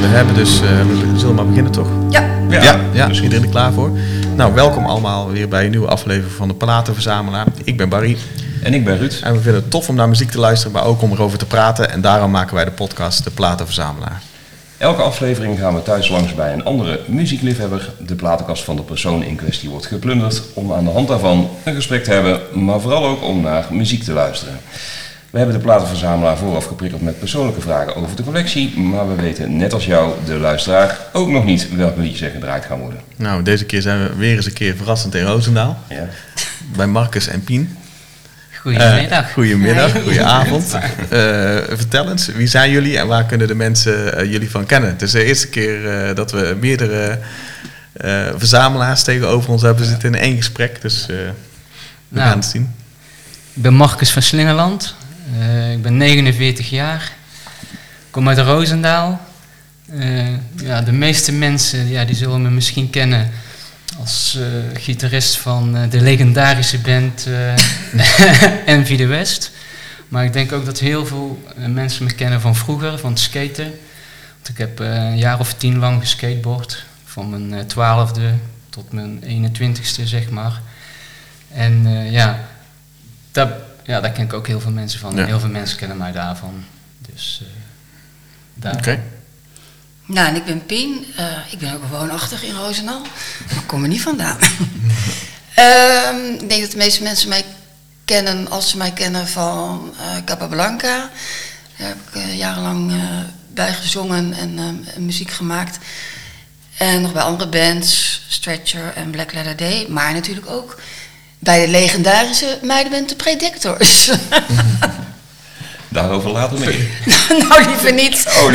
hebben dus... we zullen maar beginnen, toch? Ja, is iedereen er klaar voor? Nou, welkom allemaal weer bij een nieuwe aflevering van de Platenverzamelaar. Ik ben Barry. En ik ben Ruud. En we vinden het tof om naar muziek te luisteren, maar ook om erover te praten. En daarom maken wij de podcast De Platenverzamelaar. Elke aflevering gaan we thuis langs bij een andere muziekliefhebber. De platenkast van de persoon in kwestie wordt geplunderd om aan de hand daarvan een gesprek te hebben, maar vooral ook om naar muziek te luisteren. We hebben de Platenverzamelaar vooraf geprikkeld met persoonlijke vragen over de collectie, maar we weten net als jou, de luisteraar, ook nog niet welke liedjes er gedraaid gaan worden. Nou, deze keer zijn we weer eens een keer verrassend in Roosendaal. Ja. Bij Marcus en Pien. Goedemiddag. Goedemiddag, goedenavond. Vertel eens, wie zijn jullie en waar kunnen de mensen jullie van kennen? Het is de eerste keer dat we meerdere verzamelaars tegenover ons hebben zitten in één gesprek. Dus we gaan het zien. Ik ben Marcus van Slingeland. Ik ben 49 jaar. Ik kom uit Roosendaal. De meeste mensen die zullen me misschien kennen als gitarist van de legendarische band Envy the West. Maar ik denk ook dat heel veel mensen me kennen van vroeger, van het skaten. Want ik heb een jaar of 10 lang geskateboard. Van mijn 12e tot mijn 21ste, zeg maar. En daar ken ik ook heel veel mensen van. Ja. Heel veel mensen kennen mij daarvan. Dus daar. Oké. Nou, en ik ben Pien. Ik ben ook woonachtig in Roosendaal. Maar ik kom er niet vandaan. Ik denk dat de meeste mensen mij kennen als ze mij kennen van Capablanca. Daar heb ik jarenlang bij gezongen en muziek gemaakt. En nog bij andere bands, Stretcher en Black Letter Day. Maar natuurlijk ook bij de legendarische meidenband de Predictors. Daarover later meer. Nou, liever niet. Oh,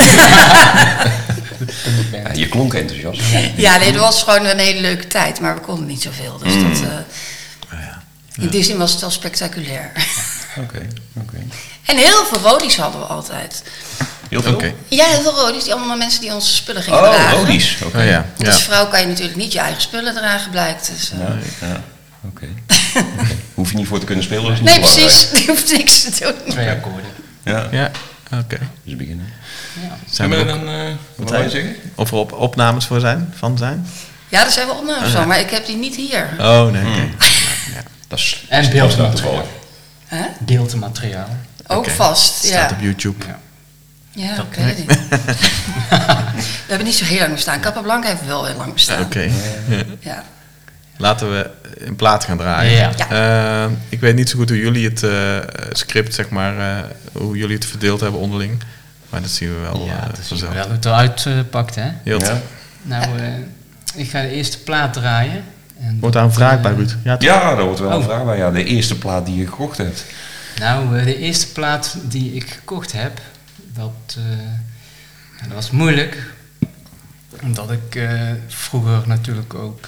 ja, je klonk enthousiast. Ja, nee, het was gewoon een hele leuke tijd, maar we konden niet zoveel. Dus in die zin was het wel spectaculair. Oké. En heel veel rodies hadden we altijd. Heel veel? Oké. Ja, heel veel rodies. Die allemaal mensen die onze spullen gingen Oh, dragen. rodies. Oké. Oh, ja. Want als vrouw kan je natuurlijk niet je eigen spullen dragen, blijkt. Dus, Ja. Oké. Hoef je niet voor te kunnen spelen, dus niet nee, belangrijk. precies. Die hoeft niks te doen. 2 akkoorden. Ja, Oké. dus beginnen. Ja. Zijn we Hebben ook, we dan, wat wij- wil je zeggen? of er opnames van zijn? Ja, daar zijn wel opnames van, maar ik heb die niet hier. Oh, nee, oké. Dat is En beeldmateriaal. Hè? Beeldmateriaal. Ook Oké. vast, ja. Staat op YouTube. Ja. Ja, ik weet het niet. We hebben niet zo heel lang bestaan. Capablanca heeft wel heel lang bestaan. Oké. Ja. Laten we een plaat gaan draaien. Ja. Ik weet niet zo goed hoe jullie het script, zeg maar, hoe jullie het verdeeld hebben onderling. Maar dat zien we wel Dat is vanzelf. wel hoe het eruit pakt, hè. Heel Ja. Nou, ik ga de eerste plaat draaien. En Wordt daar een vraag bij, Ruud? Ja, toch? Ja, daar wordt wel een Oh. vraag bij. Ja, de eerste plaat die je gekocht hebt. Nou, de eerste plaat die ik gekocht heb, dat was moeilijk. Omdat ik vroeger natuurlijk ook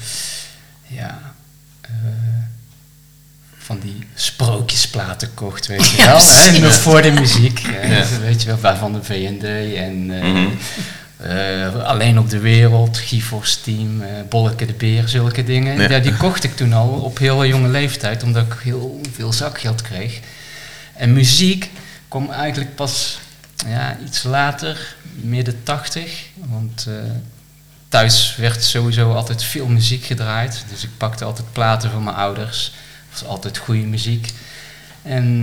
van die sprookjesplaten kocht, weet je wel. Hè? Nog voor de muziek, weet je wel, waarvan de V&D en Alleen op de Wereld, GeForce Team, Bolleke de Beer, zulke dingen. Ja. Ja, die kocht ik toen al op heel jonge leeftijd, omdat ik heel veel zakgeld kreeg. En muziek kwam eigenlijk pas iets later, midden 80. Want thuis werd sowieso altijd veel muziek gedraaid. Dus ik pakte altijd platen van mijn ouders. Dat was altijd goede muziek. En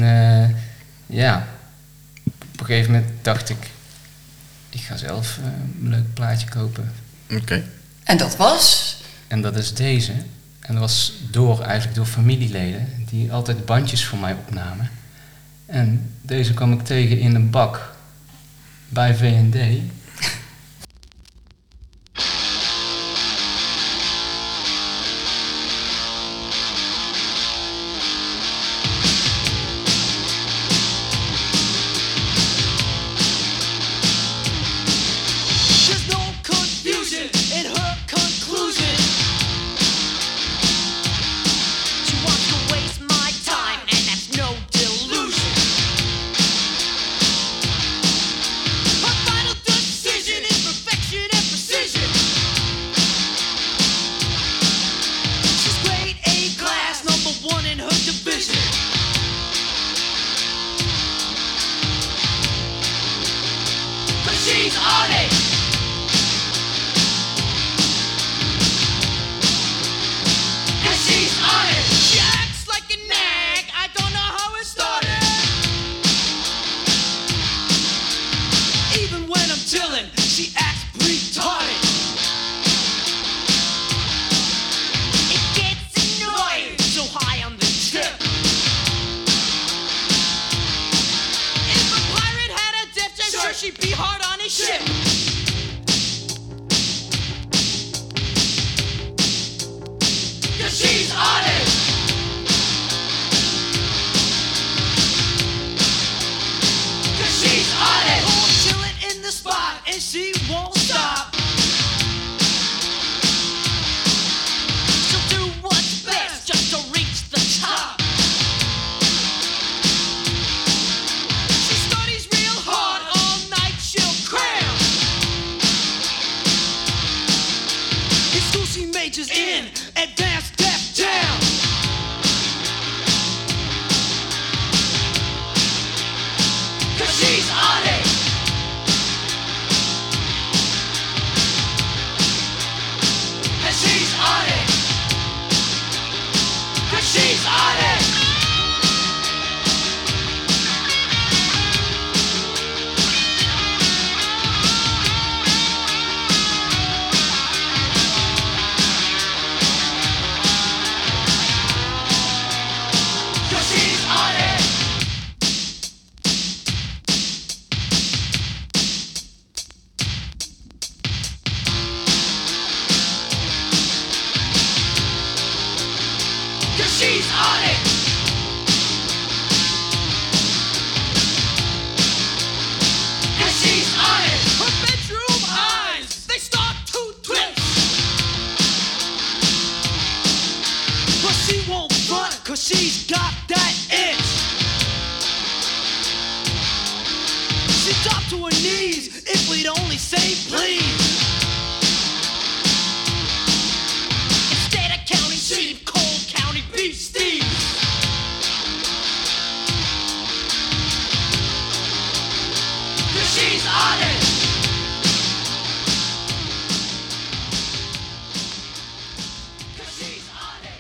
op een gegeven moment dacht ik ga zelf een leuk plaatje kopen. Oké. En dat was? En dat is deze. En dat was eigenlijk door familieleden die altijd bandjes voor mij opnamen. En deze kwam ik tegen in een bak bij V&D. There's no confusion in her conclusion. She wants to waste my time, and that's no delusion. Her final decision is perfection and precision. She's grade A class, #1 in her division. But she's on it. she be hard on his ship. Cause she's on it. Cause she's on it. Oh, chilling in the spot and she won't stop. She'll do what's best just to reach the top. She studies real hard all night, she'll cram. In school she majors in advanced Def Jam. Cause she's on it. And she's on it. Cause she's on it. Cause she's on it. Cause she's on it. And she's on it. Her bedroom eyes, they start to twitch. But she won't front, cause she's got that itch. She dropped to her knees if we'd only say please. Instead of counting sheep, cold county beef stews. Cause she's on it. Cause she's on it.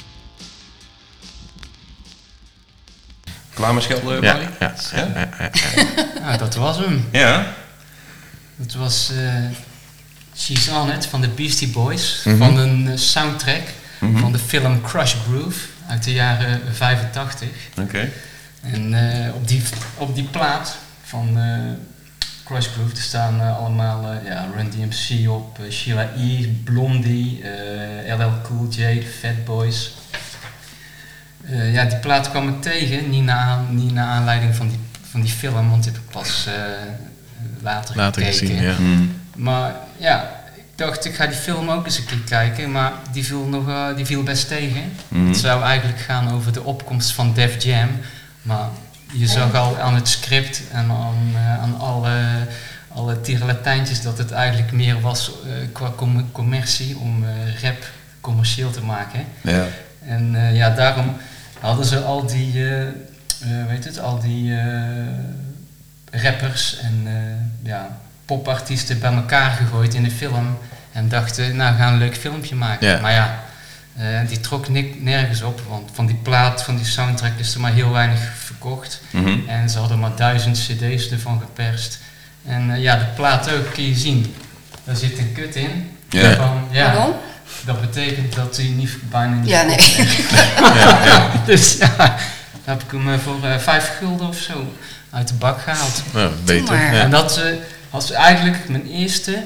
Klaar met schelden, Ja, Barry? ja, Nou, dat was hem. Ja. Dat was She's On It van de Beastie Boys. Mhm. Van een soundtrack van de film Crush Groove uit de jaren 85. Oké. En op die plaat van Crush Groove er staan allemaal Run DMC op, Sheila E., Blondie, LL Cool J, de Fat Boys. Die plaat kwam ik tegen, niet naar aanleiding van die film, want die heb ik pas later gekeken. gezien, ja. Maar ja, ik dacht ik ga die film ook eens een keer kijken, maar die viel best tegen. Het zou eigenlijk gaan over de opkomst van Def Jam, maar je zag al aan het script en aan alle tierenlatijntjes dat het eigenlijk meer was qua commercie om rap commercieel te maken. Ja. En daarom hadden ze al die, rappers en popartiesten bij elkaar gegooid in de film en dachten, nou, we gaan een leuk filmpje maken. Ja. Maar ja, die trok nergens op, want van die plaat, van die soundtrack is er maar heel weinig verkocht. En ze hadden maar 1000 cd's ervan geperst. En de plaat ook, kun je zien, daar zit een kut in. Ja. Waarom? Dat betekent dat hij bijna niet Ja, nee. Dus daar heb ik hem voor 5 gulden of zo uit de bak gehaald. Nou, beter. maar. Ja. En dat was eigenlijk mijn eerste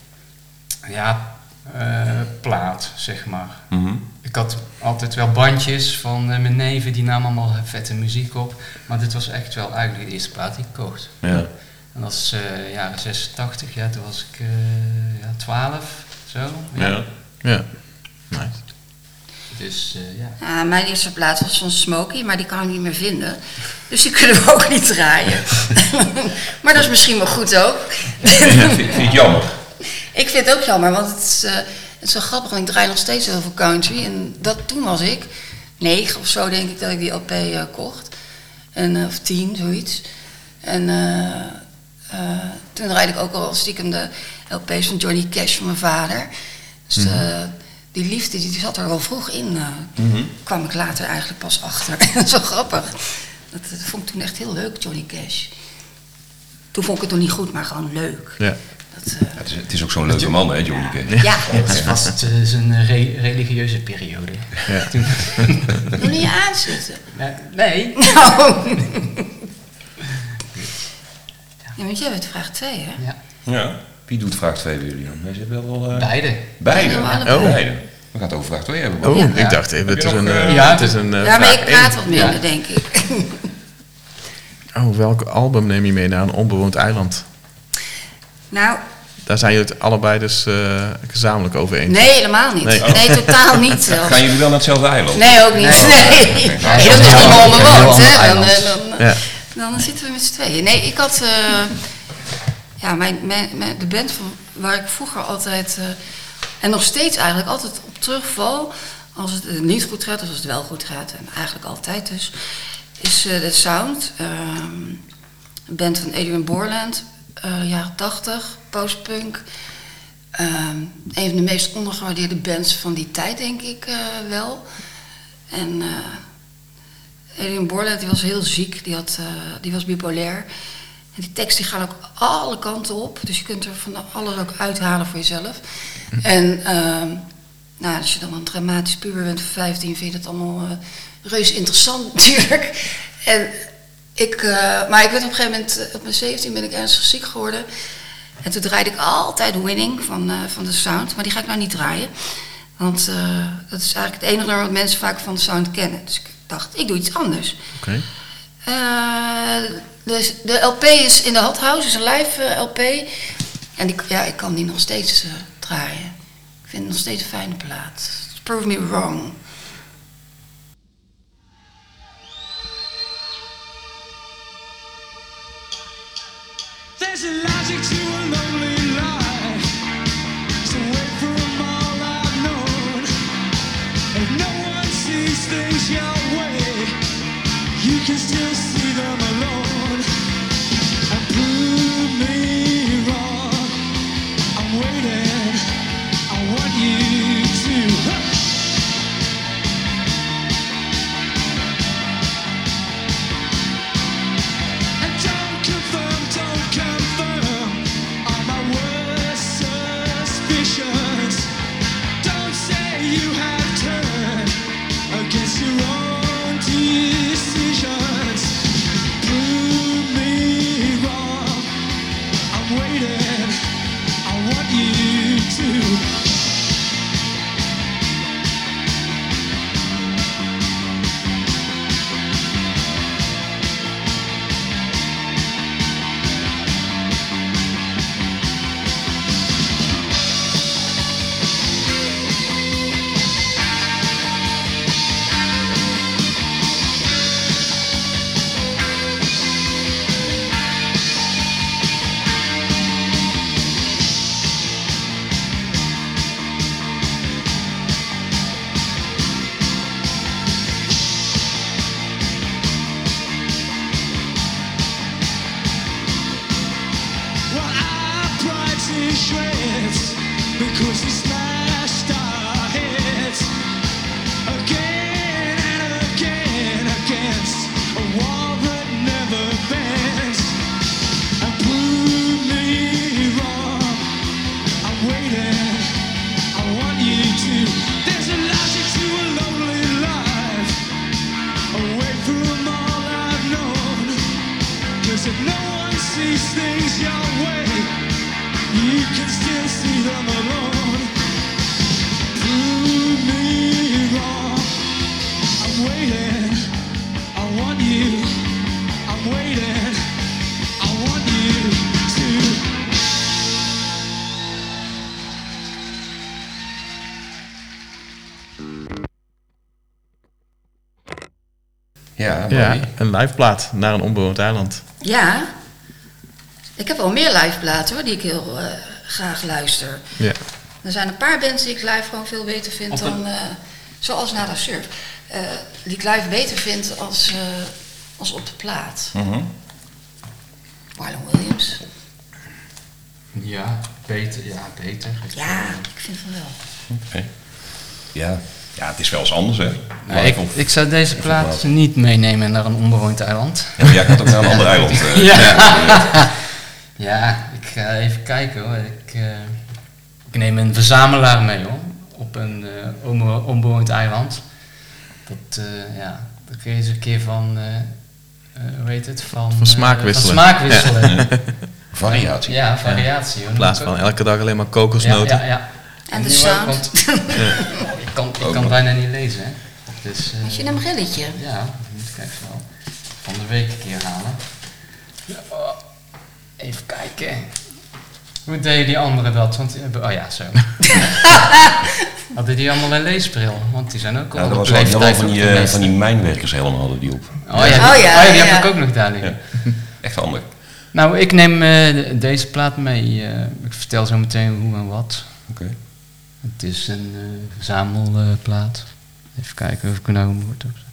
plaat, zeg maar. Ik had altijd wel bandjes van mijn neven, die namen allemaal vette muziek op. Maar dit was echt wel eigenlijk de eerste plaat die ik kocht. Ja. En dat is jaren 86, toen was ik 12, zo. Ja. Ja. Nice. Dus Mijn eerste plaat was van Smokey, maar die kan ik niet meer vinden. Dus die kunnen we ook niet draaien. Maar dat is misschien wel goed ook. Vind je het jammer? Ik vind het ook jammer, want het is zo grappig. Want ik draai nog steeds heel veel country. En toen was ik 9 of zo, denk ik, dat ik die LP kocht. Of 10, zoiets. En toen draaide ik ook al stiekem de LP's van Johnny Cash van mijn vader. Dus die liefde die zat er wel vroeg in. Kwam ik later eigenlijk pas achter. Zo grappig. Dat vond ik toen echt heel leuk, Johnny Cash. Toen vond ik het nog niet goed, maar gewoon leuk. Ja. Het is ook zo'n leuke man, hè, Johnny Cash. Ja. het was zijn religieuze periode. Ja. Wil je je aanzitten? Nee. Nou. Ja, want jij bent vraag 2, hè? Ja. Ja. Wie doet vraag 2 bij jullie dan? Wij zitten wel... Beide. Beide? Ja, allebei. Beide. We gaan het over vraag 2 hebben. Bob. Oh, Ja. ik dacht even, het is je een, nog, het is een Ja, vraag maar ik praat 1. wat minder, denk ik. Oh, welk album neem je mee naar een onbewoond eiland? Nou, Daar zijn jullie het allebei dus gezamenlijk over eens. nee, helemaal niet. Nee. Nee, totaal niet zelfs. Gaan jullie wel naar hetzelfde eiland? Nee, ook niet. Nee. Ja, Dat is dat is nog een wel heel onbewoond, ander hè? eiland. Ja. Dan zitten we met z'n tweeën. Nee, ik had... ja, de band waar ik vroeger altijd... en nog steeds eigenlijk altijd op terugval... als het niet goed gaat of als het wel goed gaat... en eigenlijk altijd dus... is The Sound. Een band van Adrian Borland. Jaren 80, postpunk. Een van de meest ondergewaardeerde bands van die tijd, denk ik wel. En Adrian Borland, die was heel ziek, die was bipolair. En die teksten die gaan ook alle kanten op, dus je kunt er van alles ook uithalen voor jezelf. En nou, als je dan een dramatisch puber bent van 15, vind je dat allemaal reuze interessant natuurlijk. En maar ik werd op een gegeven moment, op mijn 17 ben ik ernstig ziek geworden. En toen draaide ik altijd Winning van The Sound, maar die ga ik nou niet draaien. Want dat is eigenlijk het enige wat mensen vaak van The Sound kennen. Dus ik dacht, ik doe iets anders. Oké. Dus de LP is in de Hot House, is een live LP. En ik kan die nog steeds draaien. Ik vind het nog steeds een fijne plaat. Prove Me Wrong. There's a logic to a lonely life. So away from all I've known. If no one sees things your way, you can still see them alone. And prove me wrong. I'm waiting. I want you to. And don't confirm all my worst suspicions. Don't say you have turned against your own decisions. Prove me wrong. I'm waiting. I want you to. Well, our pride's in shreds because we smashed our heads again and again against a wall that never bends. And prove me wrong. I'm waiting. I want you to. There's a logic to a lonely life away from all I've known. 'Cause if no one sees things your way, you can still see them alone. Prove me wrong. I'm waiting. I want you. I'm waiting. I want you to. Ja, Ja, Bobby. een live plaat naar een onbewoond eiland. Ja, ik heb wel meer live platen hoor, die ik heel graag luister. Ja. Er zijn een paar bands die ik live gewoon veel beter vind Op dan... zoals Nada Surf. Die ik live beter vind als op de plaat. Mhm. Marlon Williams. Ja, beter. Ja, beter. Ja, ik vind van wel. Oké. Ja. Ja, het is wel eens anders, hè? Nee, Live of- ik zou deze plaat plaat. niet meenemen naar een onbewoond eiland. Ja, maar jij gaat ook naar een ander eiland. Ja, ik ga even kijken hoor. Ik neem een verzamelaar mee hoor. Op een onbewoond eiland. Dat kun je eens een keer van hoe heet het? Van smaak wisselen. Van smaak Variatie. Ja, variatie. In plaats van elke dag alleen maar kokosnoten. Ja. En de nu sound. ik kan bijna niet lezen, hè. Dus, Heb je een brilletje? ja, dat moet ik even wel van de week een keer halen. Even kijken. Hoe deden die anderen dat? Want, oh ja, zo. Hadden die allemaal een leesbril? Want die zijn ook al Nou, dat op was wel leeftijd van ook die, de meeste. van die mijnwerkershelmen hadden die op. Oh ja, die heb ik ook nog daar liggen. Echt handig. Nou, ik neem deze plaat mee. Ik vertel zo meteen hoe en wat. Oké. Het is een verzamelplaat. Even kijken of ik er nou een woord op zet.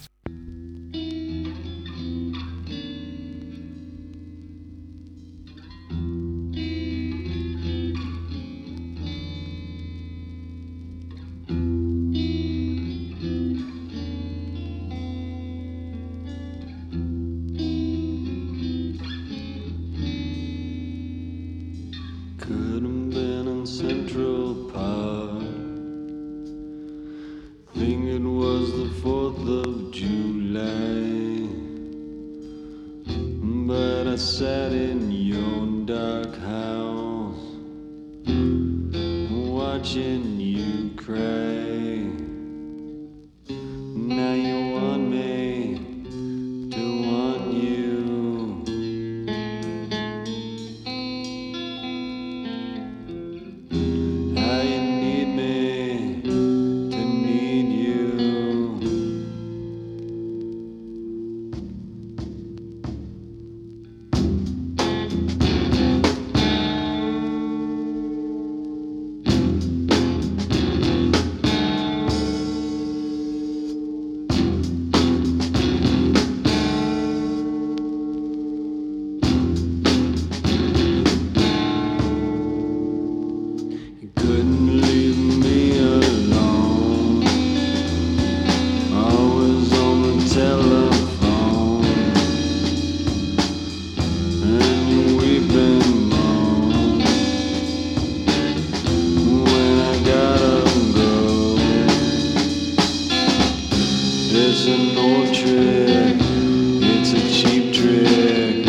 Could have been in Central Park. Think it was the 4th of July. But I sat in your dark house, watching you cry. Now you want me to want you. How you need me to need you. You couldn't leave me alone. I was on the telephone, and you weeping moan when I gotta go. It's an old trick, it's a cheap trick.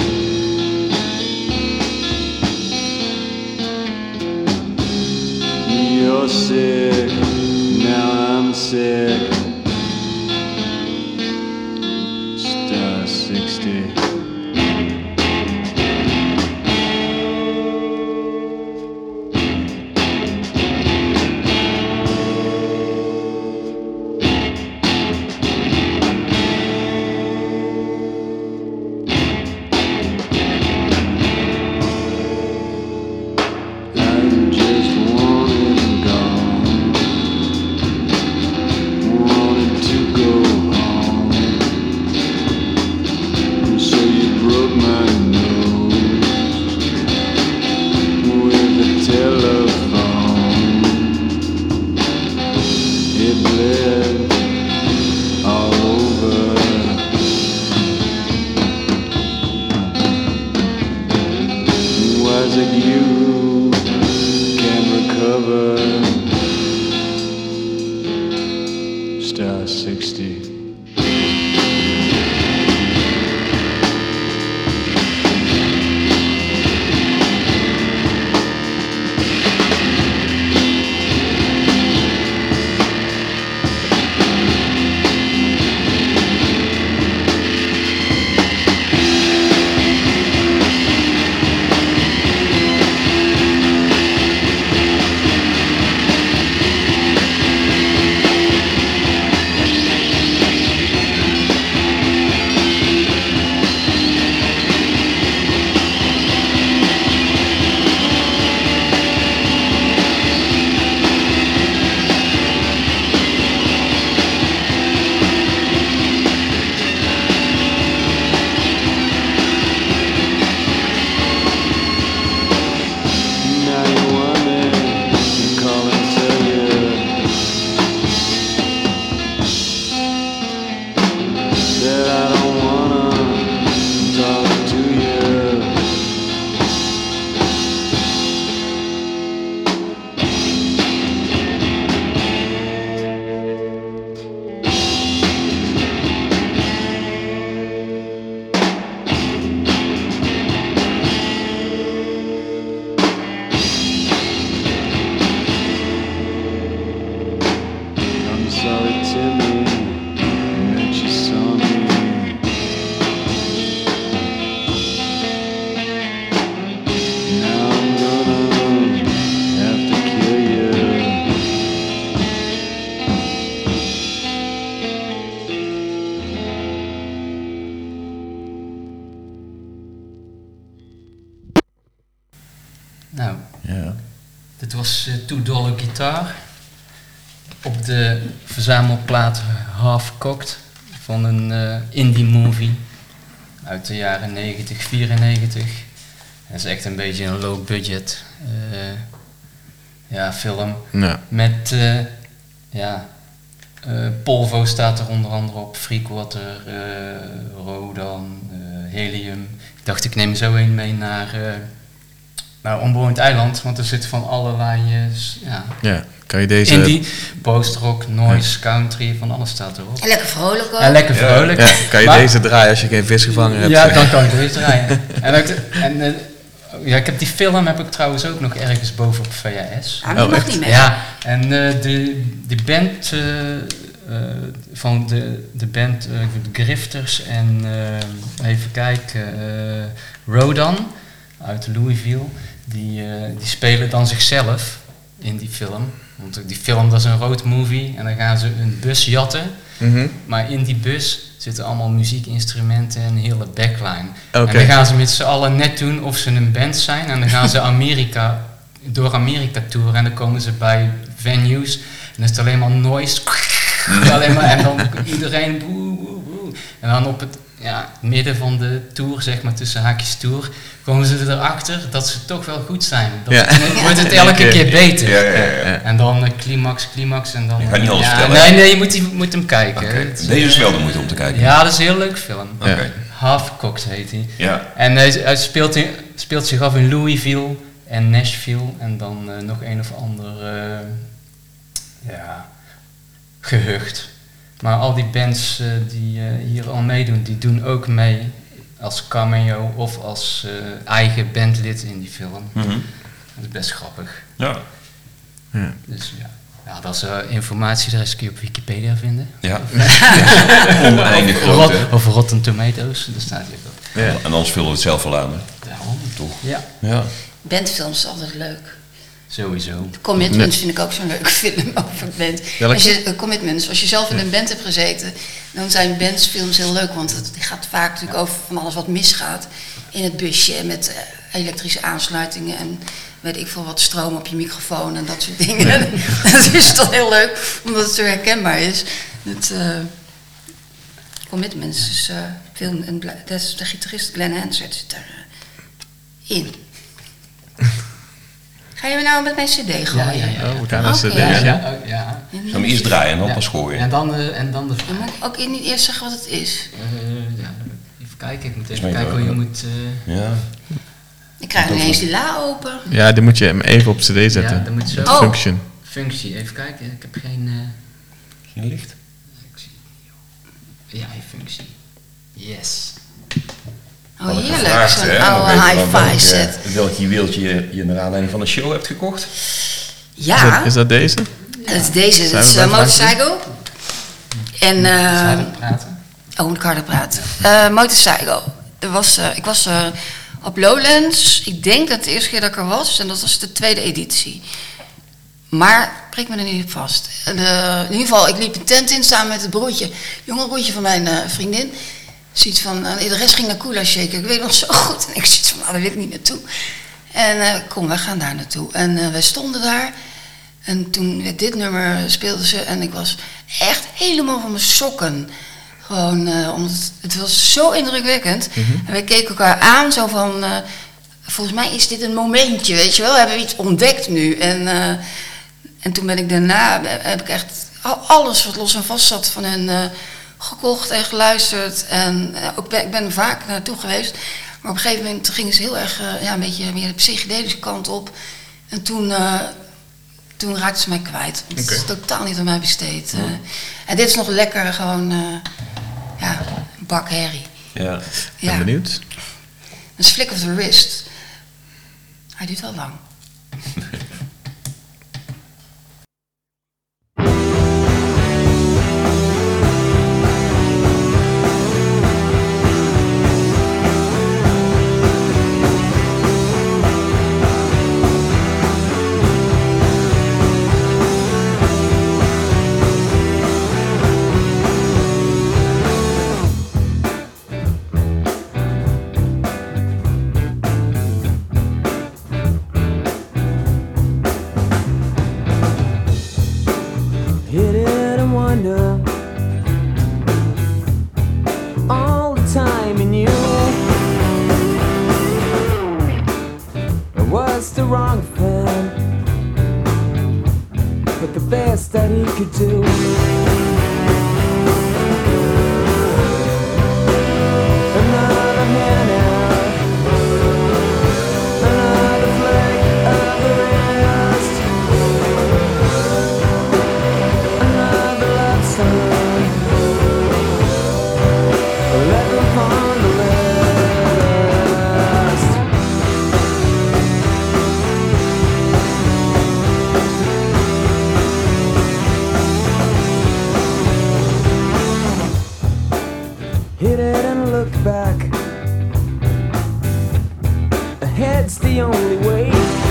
You're sick, now I'm sick. Star 60. I just want it gone. Wanted to go home. So you broke my nose with the telephone. It bled all over. Was it you can recover? Star 60. Nou, Ja. dit was Two Dollar Guitar. Op de verzamelplaat Half Cocked van een indie movie uit de jaren 90, 94. Dat is echt een beetje een low budget film. Ja. Met Polvo staat er onder andere op, Freakwater, Rodan, Helium. Ik dacht ik neem zo een mee naar Onbewoond Eiland, want er zit van allerlei Ja. Kan je deze... indie, post-rock, noise, country, van alles staat erop. En lekker vrolijk ook. Ja, lekker vrolijk. Ja, kan je Maar- deze draaien als je geen vis gevangen hebt? Ja, dan kan ik deze draaien. Ik heb die film heb ik trouwens ook nog ergens boven op VHS. Ah, die Oh, mag echt? niet mee. Ja, en die band van de band Grifters en even kijken, Rodan uit Louisville, die spelen dan zichzelf in die film. Want die film dat is een road movie en dan gaan ze een bus jatten, Mhm. maar in die bus zitten allemaal muziekinstrumenten en een hele backline. Oké. En dan gaan ze met z'n allen net doen of ze een band zijn en dan gaan ze door Amerika touren en dan komen ze bij venues en dan is het alleen maar noise. Alleen maar, en dan iedereen boe, boe, boe. En dan op het midden van de tour, zeg maar tussen haakjes tour, komen ze erachter dat ze toch wel goed zijn. Dan wordt het elke keer beter. Ja. En dan climax en dan... Je gaat niet alles vertellen. Nee, je moet hem kijken. Oké. Het- Deze is wel de moeite om te kijken. Ja, dat is een heel leuk film. Oké. Half Cocked heet hij. Ja. En hij speelt zich af in Louisville en Nashville en dan nog een of ander gehucht. Maar al die bands die hier al meedoen, die doen ook mee als cameo of als eigen bandlid in die film. Mhm. Dat is best grappig. Ja. Dus dat is informatie, de rest kun je op Wikipedia vinden. Ja. Oneindig groot, hè? Of Rotten Tomatoes, daar staat hier op. Ja. En anders vullen we het zelf wel aan, hè? Daarom. Toch? Ja, Ja. Bandfilms is altijd leuk. sowieso. Commitments vind ik ook zo'n leuke film over band. Welke? Commitments. Als je zelf in een band hebt gezeten, dan zijn bandsfilms heel leuk. Want het gaat vaak natuurlijk over van alles wat misgaat in het busje met elektrische aansluitingen en weet ik veel wat, stroom op je microfoon en dat soort dingen. Dat is toch heel leuk, omdat het zo herkenbaar is. Commitments is film en dat is de gitarist Glenn Hansard zit daarin. Ga je nou met mijn cd gooien? Oh, we gaan naar Oké. CD. Ja. Zullen we hem eerst draaien en dan Ja. pas gooien? En dan de Dan vraag. moet ik ook niet eerst zeggen wat het is. Even kijken, ik moet Is even mij kijken hoe je wel- moet... Ja. Ik krijg Dat ineens ook die la open. Ja, die moet je hem even op CD zetten. Ja, dan moet je zo... Oh. Function. Functie, even kijken, ik heb geen... Geen licht? Ja, functie. Yes. Oh, Had ik heerlijk. gevraagd, Zo'n hè, oude weet je wel hi-fi set. welk juweeltje je naar aanleiding van een show hebt gekocht? Ja, Is dat deze? dat is deze. Dat is Zijn we bij Motorcycle. En, Zou je praten? oh, moet ik harder praten. Motorcycle. Ik was op Lowlands. Ik denk dat het de eerste keer dat ik er was. En dat was de tweede editie. Maar prik me er niet op vast. In ieder geval, ik liep een tent in samen met het broertje. Jonge broertje van mijn vriendin. Zoiets van, de rest ging naar Kula Shaker. Ik weet nog zo goed. En ik zit van, daar wil ik niet naartoe. En kom, we gaan daar naartoe. En wij stonden daar. En toen dit nummer speelden ze. En ik was echt helemaal van mijn sokken. Gewoon, omdat het was zo indrukwekkend. En wij keken elkaar aan, zo van... volgens mij is dit een momentje, weet je wel. Hebben we iets ontdekt nu. En toen ben ik daarna... heb ik echt alles wat los en vast zat van hen... gekocht en geluisterd. En ik ben er vaak naartoe geweest. Maar op een gegeven moment gingen ze heel erg... een beetje meer de psychedelische kant op. En toen raakte ze mij kwijt. Het is totaal niet aan mij besteed. En dit is nog lekker, gewoon... een bak herrie. Ja. Ben benieuwd. Een flick of the wrist. Hij duurt wel lang. was the wrong thing, but the best that he could do. Another handout, another flick of the wrist, another love song, left upon the list. Hit it and look back. Ahead's the only way.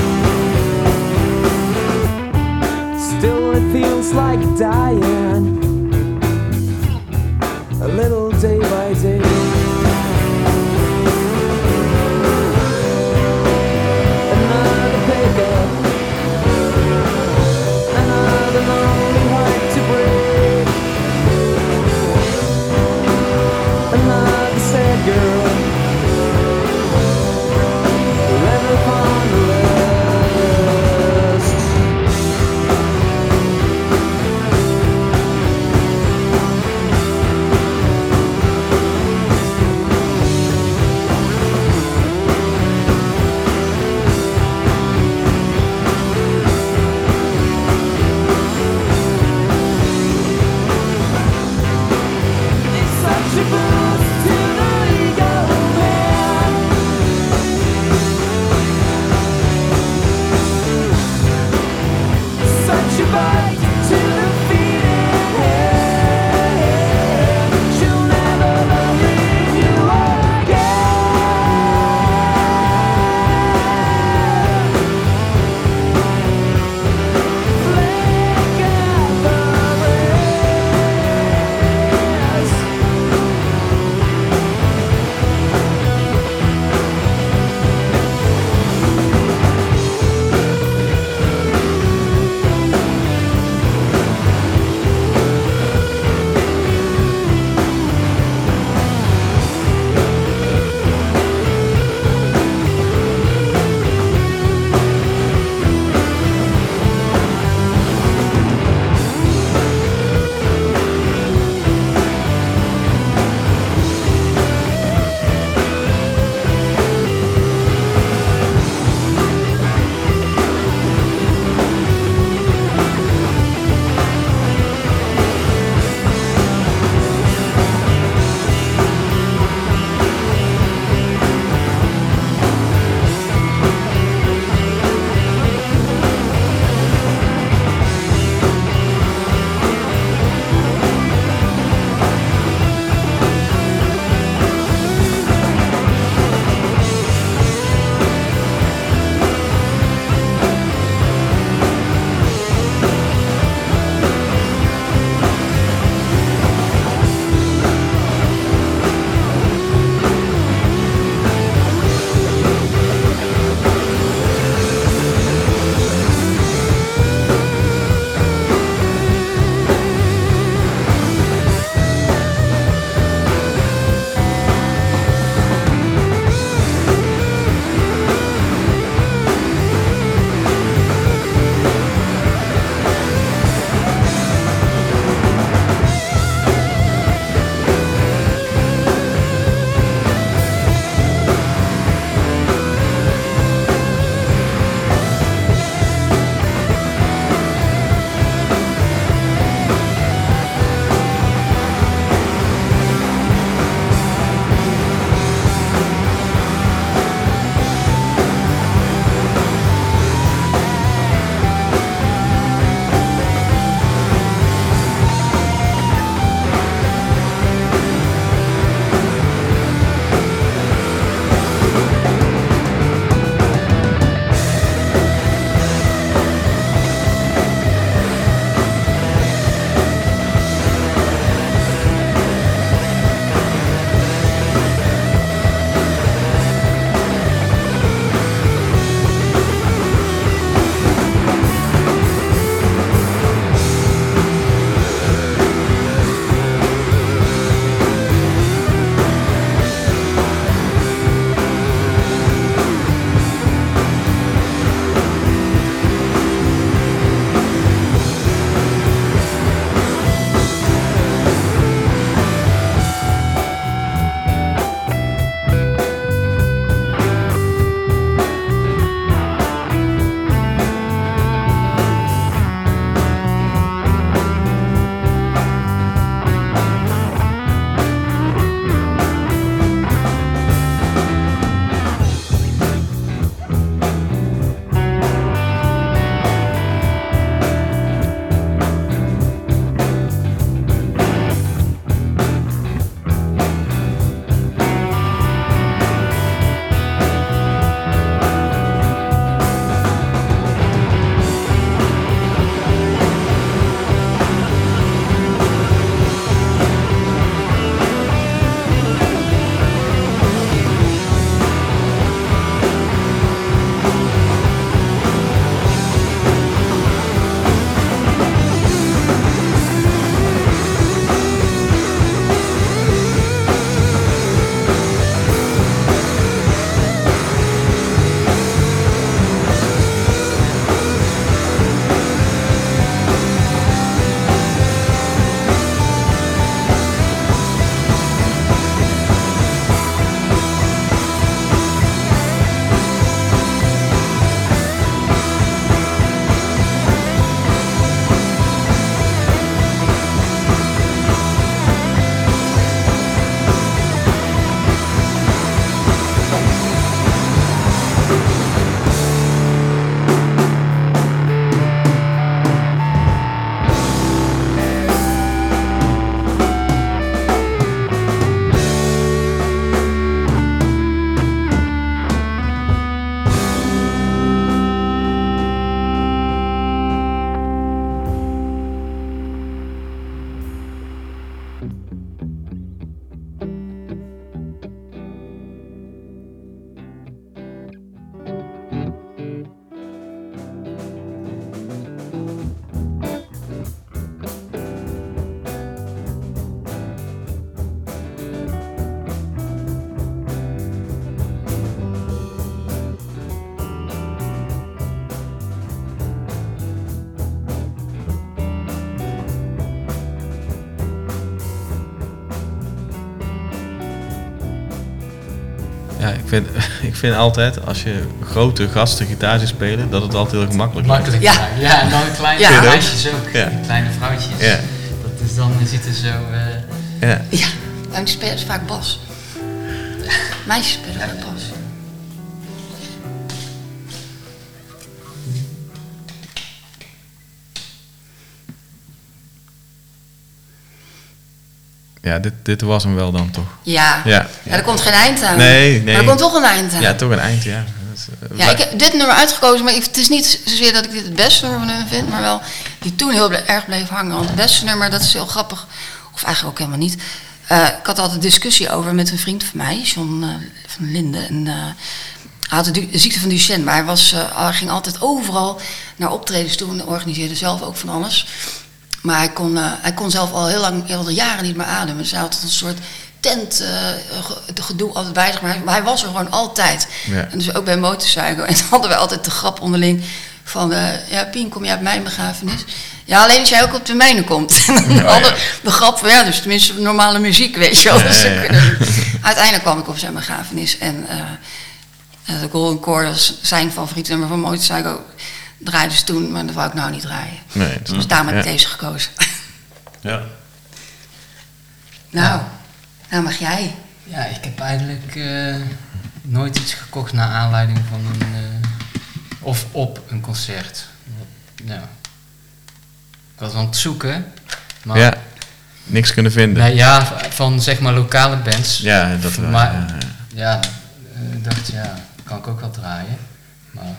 Still it feels like dying, a little day by day. Another pickup, another lonely heart to break, another sad girl left upon the list. Ik vind altijd, als je grote gasten gitaar ziet spelen, dat het altijd heel gemakkelijk is. Makkelijk. Ja. Ja, en dan kleine Ja. meisjes ook. Ja. Kleine vrouwtjes. Ja. Dat is dan, ziet er zo... Ja. Ja, en die spelen vaak bas. Meisjes spelen vaak bas. Ja, dit was hem wel dan toch? Ja. Ja. Ja, er komt geen eind aan. Nee. Maar er komt toch een eind aan. Ja, toch een eind, ja. Ja, ik heb dit nummer uitgekozen, maar het is niet zozeer dat ik dit het beste nummer van hun vind, maar wel die toen heel erg bleef hangen. Want het beste nummer, dat is heel grappig, of eigenlijk ook helemaal niet. Ik had altijd een discussie over met een vriend van mij, John van Linden. En, hij had de ziekte van Duchenne, maar hij ging altijd overal naar optredens toe en organiseerde zelf ook van alles. Maar hij kon zelf al heel jaren niet meer ademen. Dus hij had een soort tent, gedoe altijd bij zich. Maar hij was er gewoon altijd. Ja. En dus ook bij Motorcycle. En dan hadden we altijd de grap onderling van... ja, Pien, kom je op mijn begrafenis? Ja, alleen als jij ook op de mijne komt. En dan hadden de grap van, ja, dus tenminste normale muziek, weet je wel. Ja, Dus ja, ja. uiteindelijk kwam ik op zijn begrafenis. En de Golden Chorus, zijn favoriete nummer van Motorcycle... draaide ze toen, maar dat wou ik nou niet draaien. Nee, Dus daarom heb ik ja. deze gekozen. Ja. Nou mag jij. Ja, ik heb eigenlijk nooit iets gekocht naar aanleiding van of op een concert. Ja. Ik was aan het zoeken, maar Ja, niks kunnen vinden. nee, ja, van zeg maar lokale bands. Ja, dat wel. Maar Ja, ja. ja, ik dacht, ja, kan ik ook wel draaien. Maar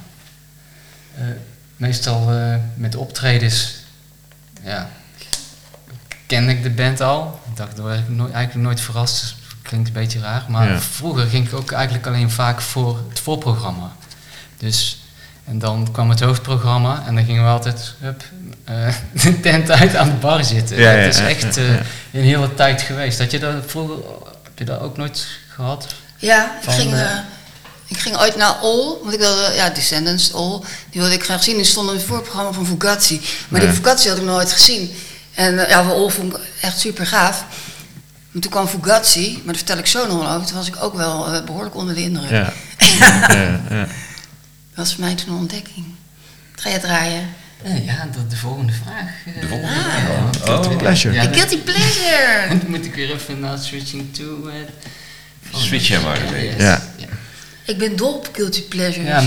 meestal met optredens, ja, kende ik de band al. Ik dacht, daar was ik eigenlijk nooit verrast. Dus klinkt een beetje raar. Maar Ja. vroeger ging ik ook eigenlijk alleen vaak voor het voorprogramma. Dus, en dan kwam het hoofdprogramma en dan gingen we altijd de tent uit aan de bar zitten. Ja, dat ja, is ja, echt ja, ja. een hele tijd geweest. Had je dat vroeger, heb je dat ook nooit gehad? Ja, Van, ik ging ooit naar All, want ik wilde, ja, Descendants, All, die wilde ik graag zien. Die stond in het voorprogramma van Fugazi. Maar Ja. die Fugazi had ik nooit gezien. En ja, van All vond ik echt super gaaf. Maar toen kwam Fugazi, maar daar vertel ik zo nog wel over. Toen was ik ook wel behoorlijk onder de indruk. Ja. Ja, ja. Dat was voor mij toen een ontdekking. Wat ga je draaien? Ja, de volgende vraag. De volgende Guilty Oh. Pleasure. Ja, A Guilty Pleasure! dan moet ik weer even naar switching to... Switch jij maar eens even. Ja. Ik ben dol op Guilty Pleasures. Ja,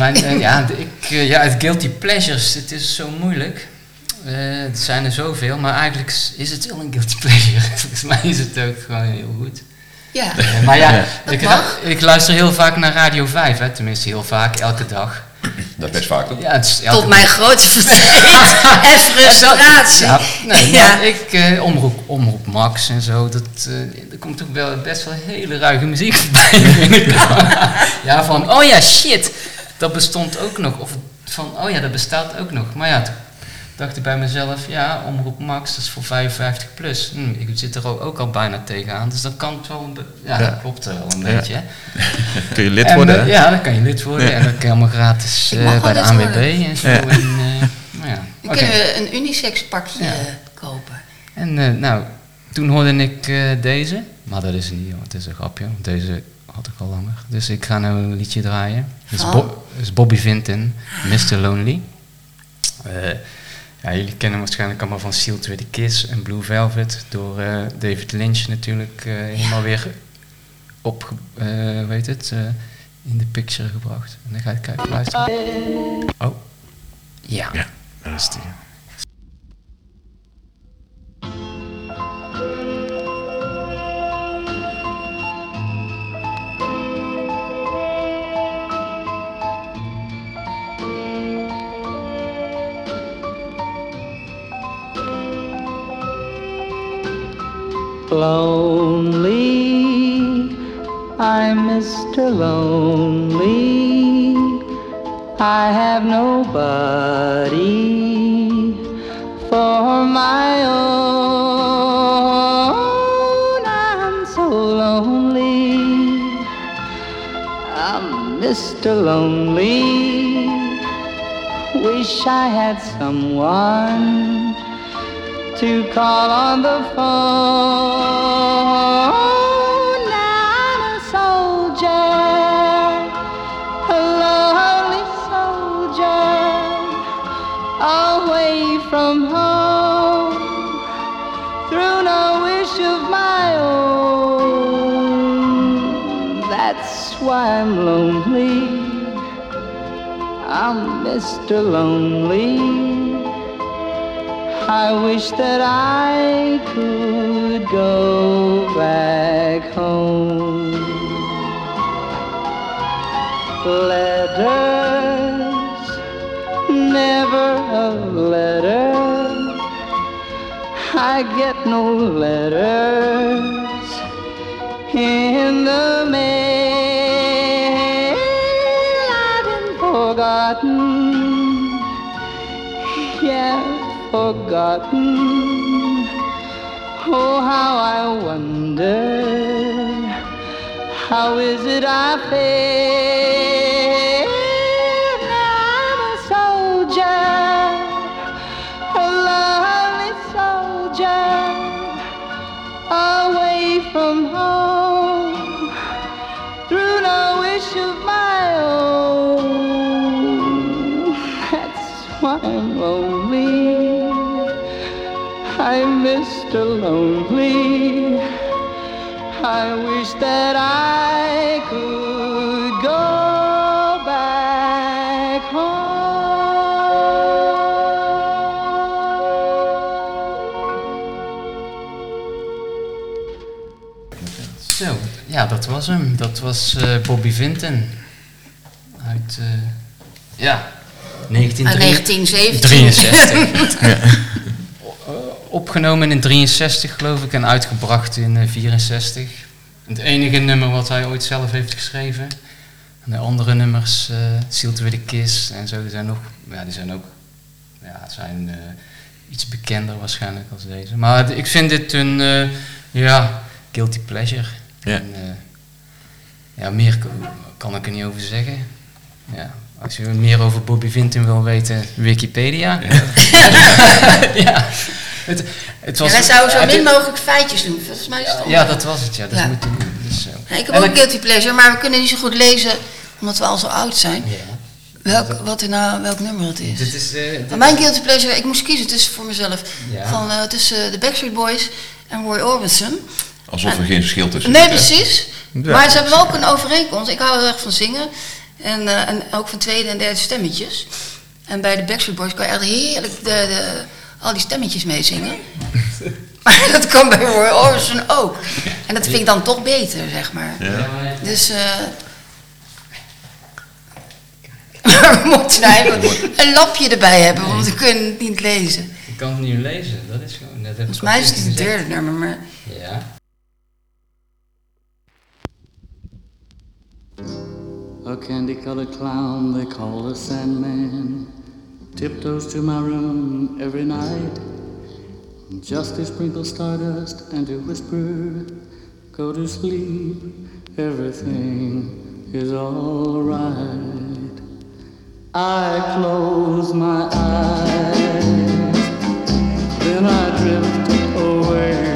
het guilty pleasures, het is zo moeilijk. Er zijn er zoveel, maar eigenlijk is het wel een guilty pleasure. Volgens mij is het ook gewoon heel goed. Ja. Maar ja, Ja. ik luister heel vaak naar Radio 5, hè. Tenminste heel vaak, elke dag. Dat is best vaak toch? Ja, het is elke Tot mijn grote verdriet en frustratie. Ja, nee, Ja. maar omroep Max en zo, er komt ook wel best wel hele ruige muziek voorbij. vind ik wel. Ja, van, oh ja, shit, dat bestond ook nog. Of van, oh ja, dat bestaat ook nog. Maar ja, toen dacht ik bij mezelf, ja, omroep Max, dat is voor 55 plus. Ik zit er ook al bijna tegenaan, dus dan kan het wel, Ja. dat klopt wel een Ja. beetje. Hè. Kun je lid En, worden, hè? ja, dan kan je lid worden en dan kan je allemaal gratis Ik mag bij de wel lid ANWB worden. en zo. Ja. En, nou ja. Dan Oké. kunnen we een unisex pakje Ja. kopen. En nou, toen hoorde ik deze, maar dat is het niet, hoor. Het is een grapje, want deze had ik al langer. Dus ik ga nou een liedje draaien. Dat is, Van? dat is Bobby Vinton, Mr. Lonely. Ja, jullie kennen hem waarschijnlijk allemaal van Sealed with a Kiss en Blue Velvet. Door David Lynch natuurlijk helemaal weer in de picture gebracht. En dan ga ik even luisteren. Oh, ja. Ja, dat is die. Lonely, I'm Mr. Lonely. I have nobody for my own. I'm so lonely. I'm Mr. Lonely. Wish I had someone to call on the phone. I'm a soldier from home through no wish of my own. That's why I'm lonely. I'm Mr. Lonely. I wish that I could go back home. Letters, never a letter. I get no letters in the mail. I've been forgotten, yeah, forgotten. Oh, how I wonder, how is it I feel? Now I'm a soldier, a lonely soldier, away from home, through no wish of my own. That's why I'm lonely. I'm Mr. Lonely. I wish that I could go back Zo, ja, dat was hem. Dat was Bobby Vinton. Uit, ja, Uit 1970. 63. Opgenomen in 63 geloof ik en uitgebracht in 64. Het enige nummer wat hij ooit zelf heeft geschreven. En de andere nummers, Sealed with a Kiss en zo, die zijn nog, ja, die zijn ook, ja, zijn iets bekender waarschijnlijk als deze. Maar ik vind dit een, ja, guilty pleasure. Ja. En, ja, meer kan ik er niet over zeggen. Ja. Als je meer over Bobby Vinton wil weten, Wikipedia. Ja. Ja. Het was, hij zou zo min mogelijk feitjes doen, volgens mij is het ja, dat was het, ja. Dat Ja. moet je doen. Dus, Ja, ik heb ook guilty pleasure, maar we kunnen niet zo goed lezen, omdat we al zo oud zijn. ja. Welk nummer het is. Dit is Maar mijn guilty pleasure, ik moest kiezen tussen voor mezelf, Ja. tussen de Backstreet Boys en Roy Orbison. Alsof er geen verschil tussen Nee, zit, hè? precies. Ja, Maar ze hebben wel ook een overeenkomst. Ik hou heel erg van zingen. En ook van tweede en derde stemmetjes. En bij de Backstreet Boys kan je echt heerlijk al die stemmetjes meezingen. Maar dat kan bij Roy Orbison ook. En dat vind ik dan toch beter, zeg maar. Ja. Dus... maar we moeten nou even een lapje erbij hebben, want we kunnen het niet lezen. Ik kan het niet lezen, dat is gewoon... Dat heb Volgens ik mij al is het het gezegd. derde nummer, maar... Ja. A candy-colored clown they call the Sandman tiptoes to my room every night just to sprinkle stardust and to whisper, go to sleep, everything is all right. I close my eyes, then I drift away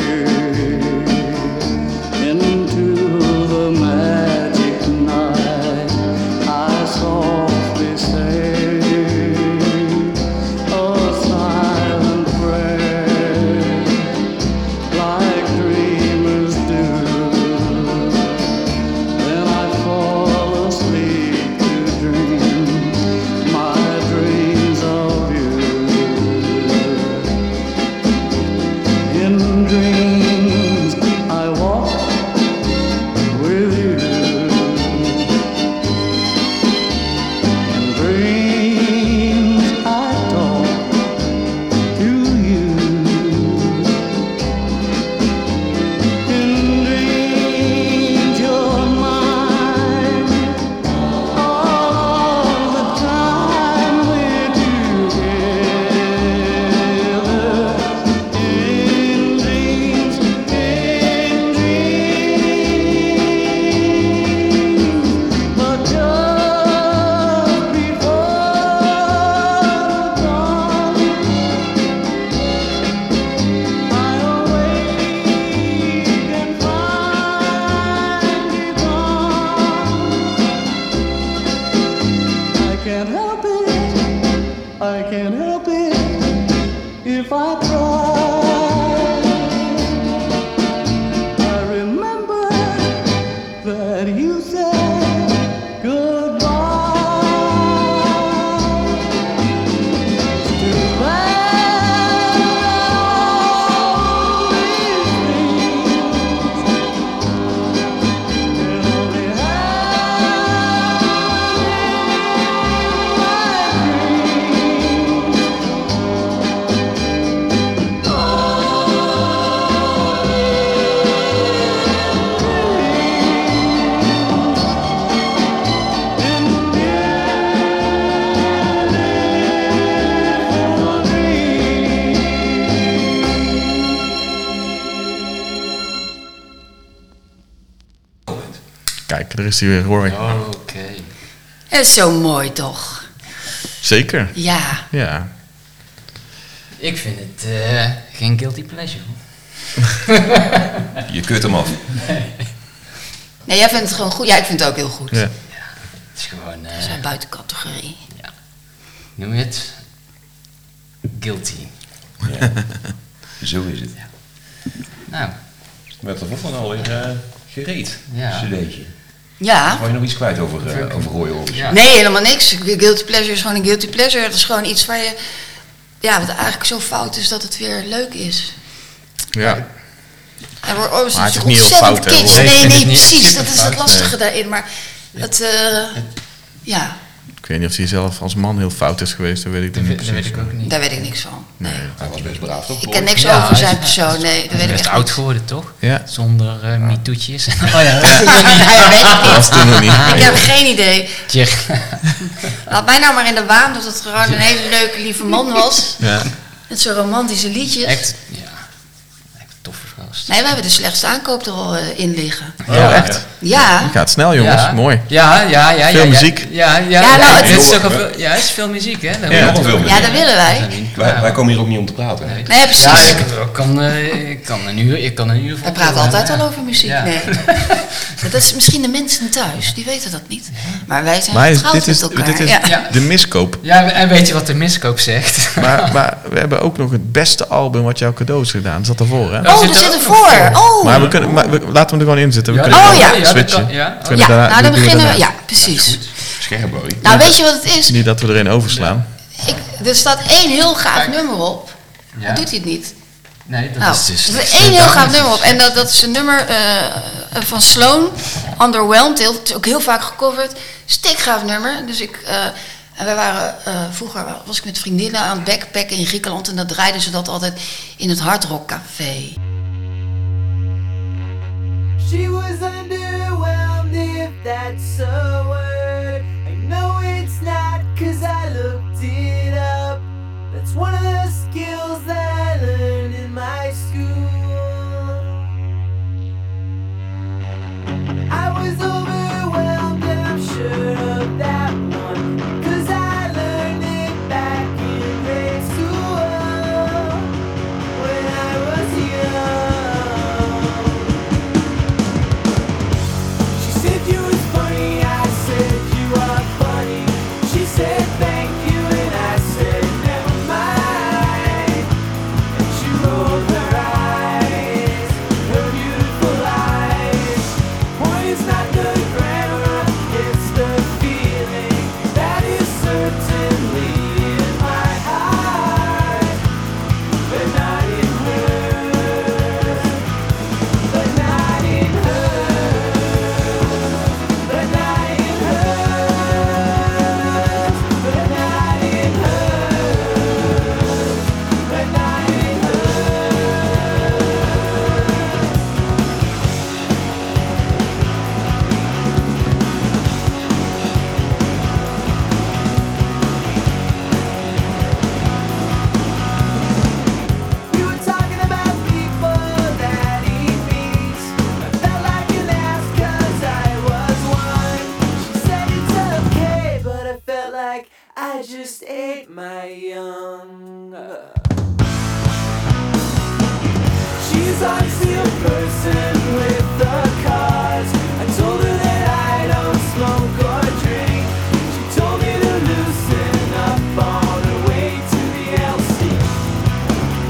into the magic night. I softly say a silent prayer like dreamers do. Then I fall asleep to dream my dreams of you. In dreams I walk with you. In dreams I talk to you. In dreams you're mine all the time we're together. In dreams, but just before dawn, I awake and find you gone. I can't help it, I can't help it. if I tried. I remember that you said goodbye. Still there all these things still behind Kijk, daar is hij weer, hoor ik. Oké. Het is zo mooi, toch? Zeker. Ja. Ja. Ik vind het geen guilty pleasure. Je keurt hem af. Nee, jij vindt het gewoon goed. Ja, ik vind het ook heel goed. Ja. Het is gewoon... We zijn buiten categorie. noem je het? Guilty. Zo is het. Nou, Met de volgende alweer gereed. Ja. CD'tje. Ja. Wou je nog iets kwijt over Roy Orbison? Ja. Nee, helemaal niks. Guilty pleasure is gewoon een guilty pleasure. Het is gewoon iets waar je... Ja, wat eigenlijk zo fout is dat het weer leuk is. Ja. En Roy Orbison Maar het is is niet heel ontzettend fout, hè, kitsch. Roy? Nee, Het is nee, niet precies. super Dat is het fout, lastige daarin. Maar het... ja, Ik weet niet of hij zelf als man heel fout is geweest, dat weet ik dan niet dat weet precies. ik ook niet. daar weet ik niks van. Nee. Hij was best braaf, toch? Ik ken niks Ja, over hij zijn is- persoon. Nee, dat weet Hij ik is echt oud niet. geworden, toch? Ja. Zonder MeToo'tjes. Oh ja, Ja, weet ik Dat was toen nog niet. Ik heb geen idee. Tje. Laat mij nou maar in de waan dat het gewoon een hele leuke, lieve man was. Ja. Met zo'n romantische liedjes. Echt, ja. Echt een toffe gast. Nee, we hebben de slechtste aankoop er al in liggen. Oh, echt? Ja. Het gaat snel, jongens. Ja. Mooi. Ja. Veel muziek. Ja, Ja, nou, het het is is- ook al veel, ja, het is veel muziek, hè? Dat Ja, hoort toch veel ook. muziek. Ja, dat willen wij. Wij komen hier ook niet om te praten. Nee. Nee, precies. Ja, ik kan een uur We praten altijd al over muziek. Ja. Nee. Dat is misschien de mensen thuis, die weten dat niet. Maar wij zijn Maar getrouwd dit is, met elkaar. dit is Ja. Ja. de miskoop. Ja, en weet je wat de miskoop zegt? Maar we hebben ook nog het beste album wat jouw cadeau is gedaan. Dat zat ervoor, hè? Ja. Oh, zit er er zit ook er nog voor. voor. Oh. Maar, laten we er gewoon in zitten. We Ja, kunnen oh, gewoon ja. dat switchen. kan, ja. Kunnen Ja, daarna- nou dan doen we beginnen we. daarna. Ja, precies. Scherp, hoor. Nou, weet je wat het is? Niet dat we erin overslaan. Er staat één heel gaaf Kijk. nummer op. Ja. Dan doet hij het niet. Nee, dat Nou, is dus... er is één heel gaaf nummer op. En dat is een nummer van Sloan, Underwhelmed. Ook heel vaak gecoverd. Stikgaaf nummer. Dus en wij waren, vroeger was ik met vriendinnen aan het backpacken in Griekenland. En dan draaiden ze dat altijd in het Hard Rock Café. She was underwhelmed, if that's a word. I know it's not, 'cause I looked it up. That's one of the skills that I learned in my school. I was overwhelmed, and I'm sure of that one, 'cause I learned it back in grade school when I was young. She said you was funny, I said you are funny. She said thank you and I said never mind. And she rolled her eyes, her beautiful eyes. Point is not the grammar, it's the feeling that is certainly in my heart, but not in hers, but not in hers. But not in hers, but not in hers, but not in hers. We were talking about people that he meets. I felt like an ass 'cause I was one. She said it's okay, but I felt like I just ate my young. She's obviously a person with the cause. I told her that I don't smoke or drink. She told me to loosen up on her way to the LC.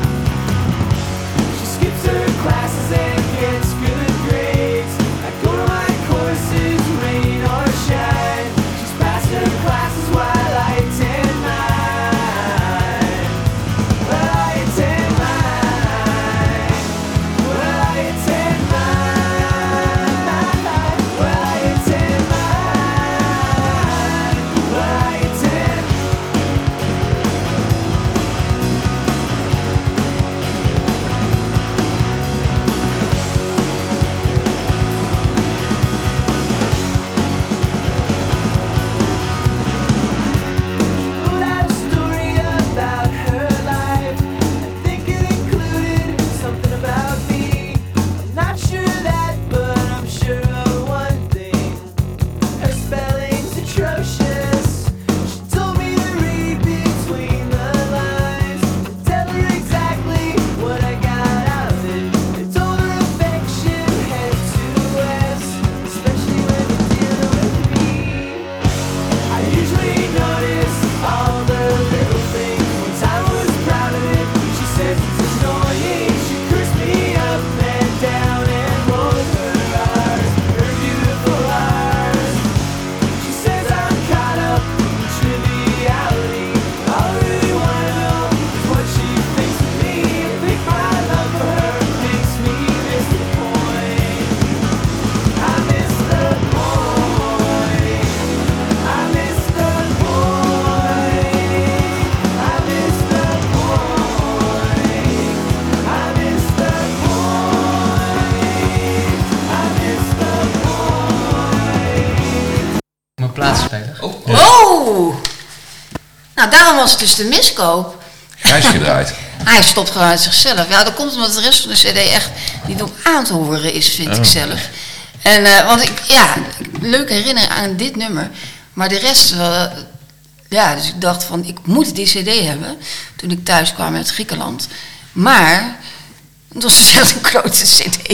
Nou, daarom was het dus de miskoop. Grijs gedraaid. Hij stopt gewoon uit zichzelf. Ja, dat komt omdat de rest van de cd echt niet om aan te horen is, vind ik zelf. En, want leuke herinnering aan dit nummer. Maar de rest, dus ik dacht van, ik moet die cd hebben. Toen ik thuis kwam uit Griekenland. Maar, het was dus echt een grote cd.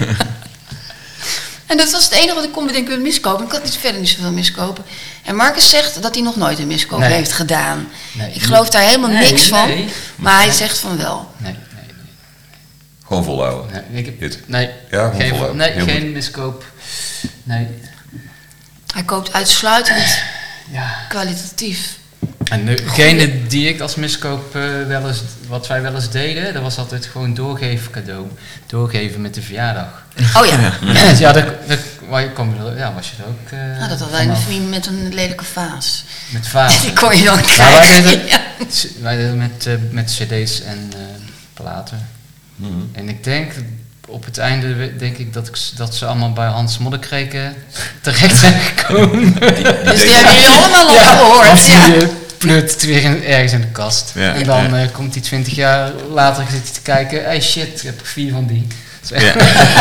En dat was het enige wat ik kon bedenken met miskopen. Ik had verder niet zoveel miskopen. En Marcus zegt dat hij nog nooit een miskoop heeft gedaan. Nee. Ik geloof daar helemaal niks van. Nee. Maar hij zegt van wel. Nee. Gewoon volhouden. Nee, ik heb, Dit. nee, Ja, gewoon geen, volhouden. nee, Heel geen goed. miskoop. Nee. Hij koopt uitsluitend Ja. kwalitatief. En degene die ik als miskoop wat wij wel eens deden, dat was altijd gewoon doorgeven cadeau. Doorgeven met de verjaardag. Oh ja. Ja, was je er ook. Nou, dat had wij een vriend met een lelijke vaas. Met vaas. Die kon je dan Ja, krijgen. Ja. wij deden met cd's en platen. En ik denk, op het einde denk ik dat ze allemaal bij Hans Modderkreken terecht zijn gekomen. Dus die hebben jullie allemaal al gehoord. Of die Ja. pleurt het weer ergens in de kast. Ja. En dan komt hij 20 jaar later zit hij te kijken. Hey shit, ik heb 4 van die. Zo. Ja.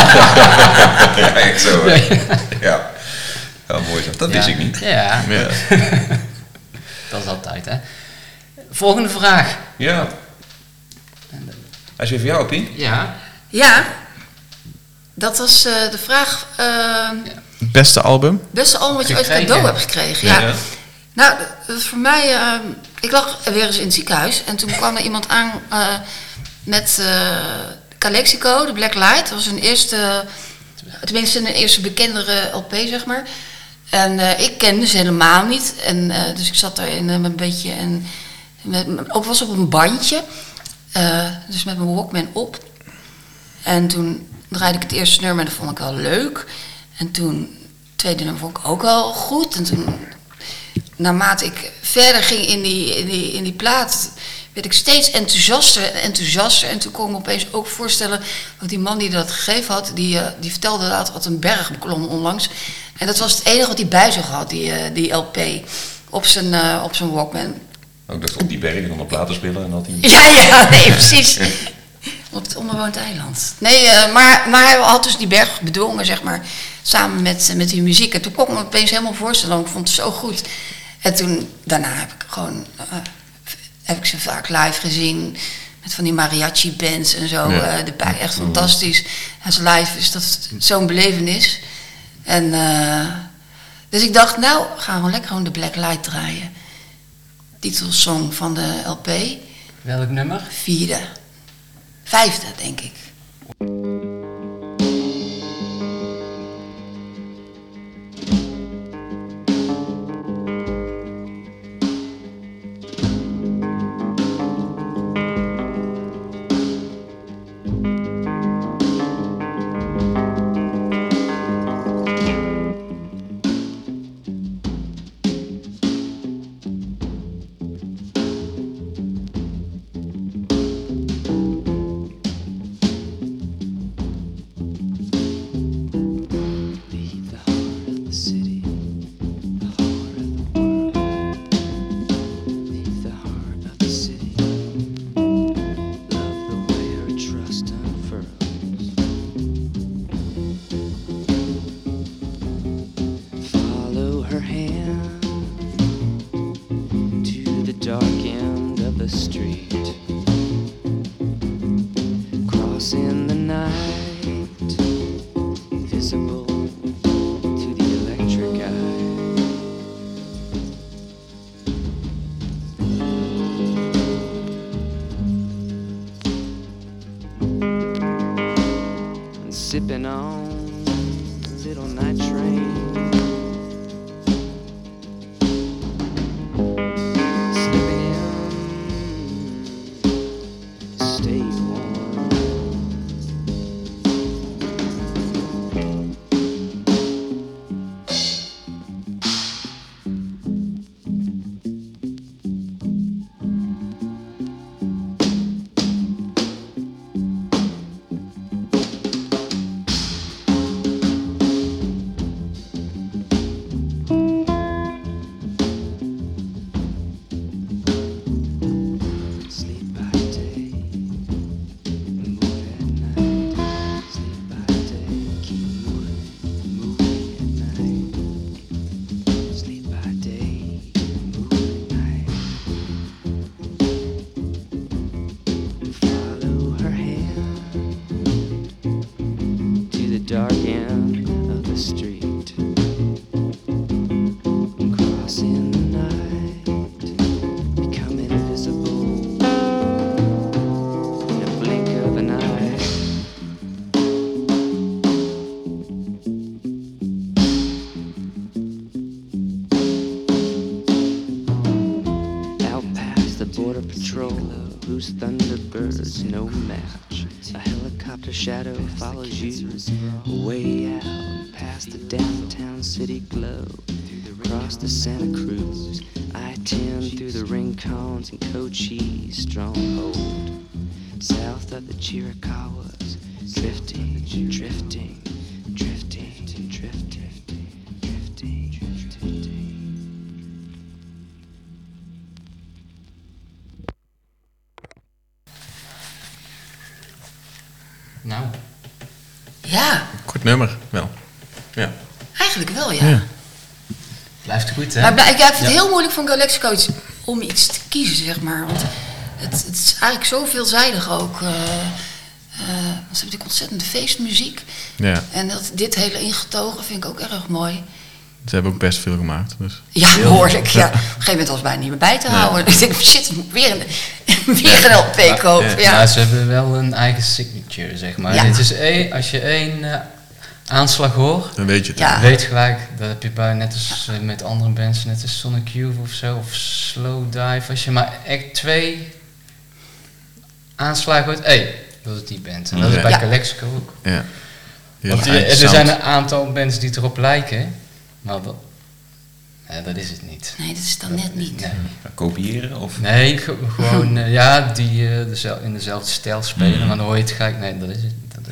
Ja, echt zo. Hè. Ja. Ja, mooi zo. Dat wist ik niet. Ja, Ja. dat is altijd hè. Volgende vraag. Ja. Hij is weer voor jou, Pien. Ja. Ja, dat was de vraag. Beste album? Beste album wat je ooit Gekregen. cadeau hebt gekregen. Ja. Ja. Nou, dat is voor mij. Ik lag weer eens in het ziekenhuis en toen kwam er iemand aan met Calexico, de Black Light. Dat was een eerste, tenminste een eerste bekendere LP, zeg maar. En ik kende ze helemaal niet. En dus ik zat daarin met een beetje en was op een bandje. Dus met mijn Walkman op. En toen draaide ik het eerste nummer en dat vond ik wel leuk. En toen het tweede nummer vond ik ook wel goed. En toen, naarmate ik verder ging in die plaat, werd ik steeds enthousiaster. En toen kon ik me opeens ook voorstellen dat die man die dat gegeven had, die vertelde dat hij had een berg beklommen onlangs. En dat was het enige wat hij bij zich had, die LP, op zijn Walkman. Ook dat op die bergen dan op platen spelen en dat hij... Ja, nee, precies. Op het onbewoond eiland. Nee, maar hij had dus die berg bedwongen, zeg maar, samen met die muziek. En toen kon ik me opeens helemaal voorstellen, want ik vond het zo goed. En toen, daarna heb ik ze vaak live gezien, met van die mariachi bands en zo, erbij. Echt fantastisch. Als live is dat zo'n belevenis. En dus ik dacht, nou, gaan we gewoon lekker gewoon de Black Light draaien. Titelsong van de LP. Welk nummer? 5e, denk ik. Sipping on a little night train. Slipping in, stay warm. Border Patrol, whose Thunderbird's no match. A helicopter shadow follows you way out past the downtown city glow. Across the Santa Cruz, I-10 through the Rincones and Cochise stronghold. South of the Chiricahuas, drifting, drifting, drifting, drifting, drifting, drifting. Nou, Ja, Kort nummer, wel. Ja. eigenlijk wel, ja. Ja. blijft goed, hè? Maar ik vind het heel moeilijk van Galaxy Coach om iets te kiezen, zeg maar. Want het is eigenlijk zo veelzijdig ook. Ze hebben natuurlijk ontzettende feestmuziek. Ja. En dit hele ingetogen vind ik ook erg mooi. Ze hebben ook best veel gemaakt. Dus. Ja, behoorlijk. Ja. Op een gegeven moment was het bijna niet meer bij te houden. Ik denk, shit, ik moet weer een LP kopen. Ja. Ja, ze hebben wel een eigen signature, zeg maar. Ja. Het is als je één aanslag hoort, Dan weet je het. Ja. weet gelijk, dat heb je bij net als met andere bands, net als Sonic Youth of zo, of Slow Dive. Als je maar echt 2 aanslagen hoort, dat is die band. En dat is bij Ja. Calexico ook. Ja. Want er zijn een aantal bands die erop lijken, maar dat is het niet. Nee, dat is dan net niet. Nee, Kopiëren of... nee gewoon die in dezelfde stijl spelen, maar dan hoor je het gelijk. Nee, dat is het. Dat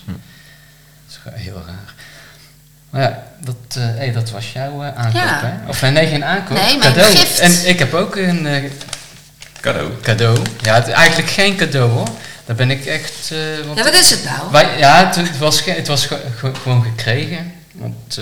is heel raar. Maar ja, dat was jouw aankoop, Ja. hè? Of nee, geen aankoop. Nee, mijn cadeau. gift. En ik heb ook een cadeau. Ja, het is eigenlijk geen cadeau, hoor. Daar ben ik echt... want Ja, wat is het nou? het was gewoon gekregen. Want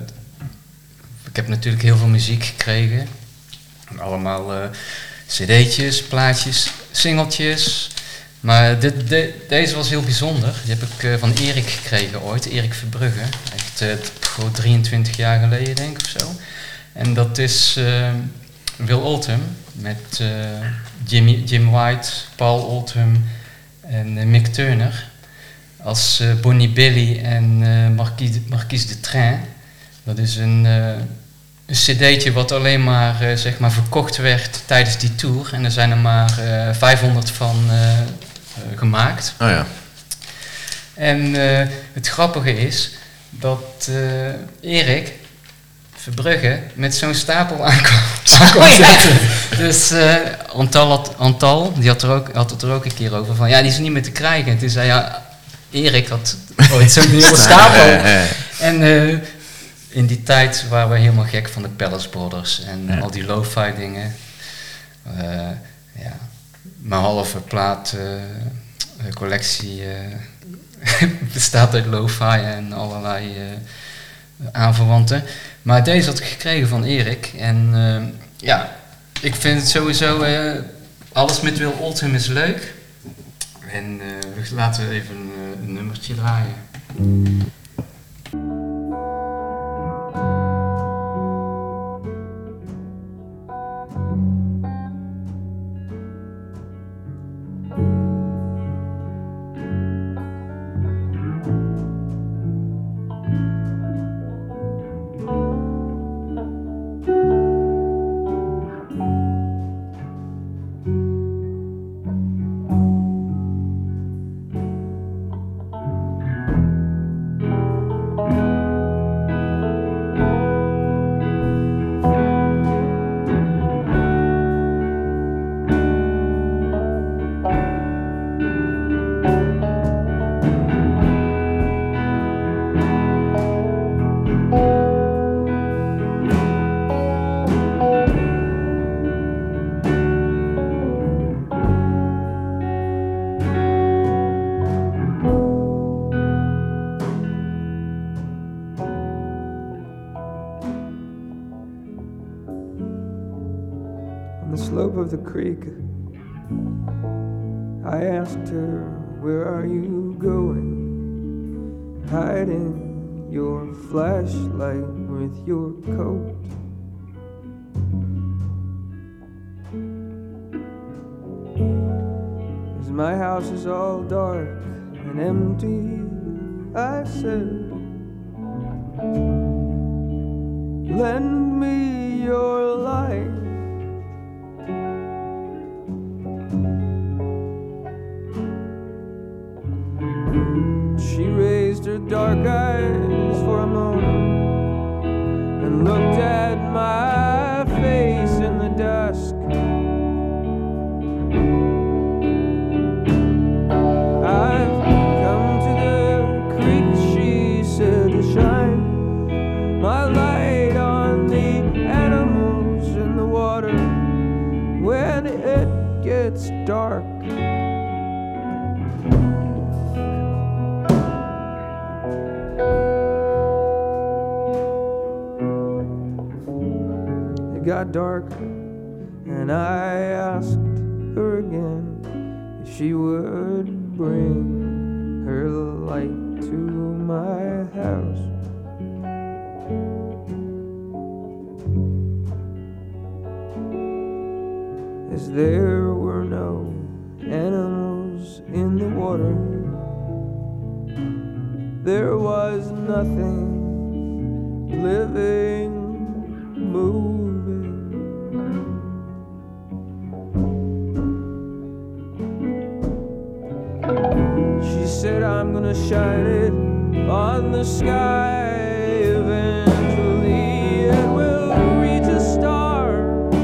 ik heb natuurlijk heel veel muziek gekregen. En allemaal cd'tjes, plaatjes, singeltjes. Maar deze was heel bijzonder. Die heb ik van Erik gekregen ooit, Erik Verbrugge. Echt gewoon 23 jaar geleden, denk ik, of zo. En dat is Will Oldham met Jim White, Paul Oldham en Mick Turner. Als Bonnie Billy en Marquise de Train. Dat is een cd'tje wat alleen maar, zeg maar verkocht werd tijdens die tour. En er zijn er maar 500 van gemaakt. Oh ja. En het grappige is dat Erik Verbrugge met zo'n stapel aankwam zetten. Dus Antal, die had het er ook een keer over van, ja, die is niet meer te krijgen. En toen zei ja, Erik had ooit zo'n hele stapel. En in die tijd waren we helemaal gek van de Palace Brothers en al die lo-fi dingen. Mijn halve plaat collectie bestaat uit lo-fi en allerlei aanverwanten. Maar deze had ik gekregen van Erik. En ik vind het sowieso, alles met Will Oldham is leuk. En we laten even een nummertje draaien. On the slope of the creek, I asked her, where are you going? Hiding your flashlight with your coat. As my house is all dark and empty, I said, lend me your light. dark eyes for a moment and looked at my face in the dusk. I've come to the creek, she said, to shine my light on the animals in the water when it gets dark. It got dark and I asked her again if she would bring her light to my house. As there were no animals in the water, there was nothing living, moving. She said, I'm gonna shine it on the sky. Eventually it will reach a star.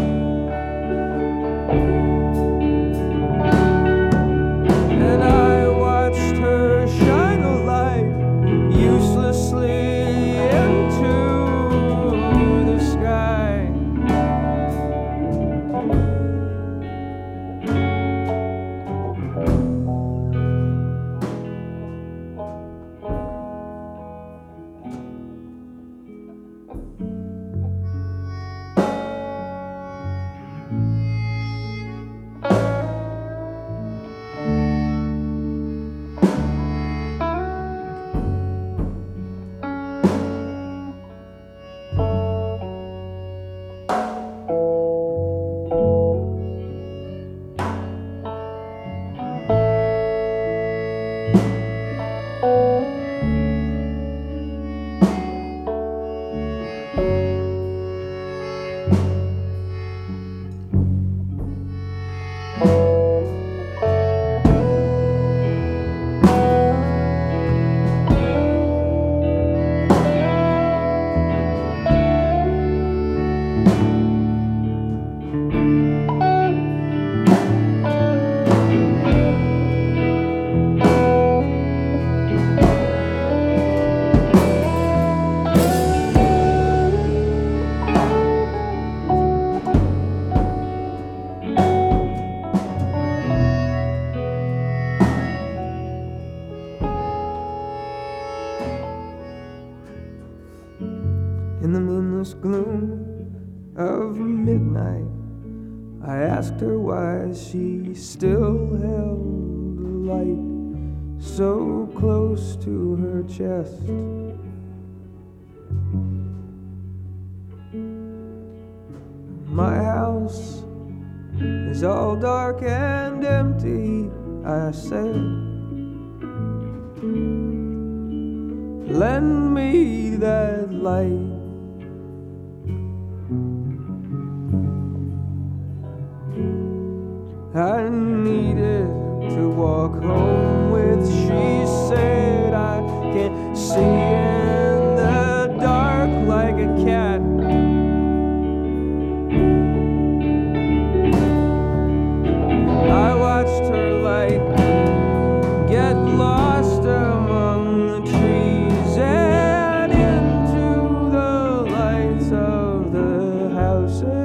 And I watched her shine a light uselessly into the sky. In the moonless gloom of midnight, I asked her why she still held the light so close to her chest. My house is all dark and empty, I said. Lend me that light. I needed to walk home with, she said. I can't see in the dark like a cat. I watched her light get lost among the trees and into the lights of the houses.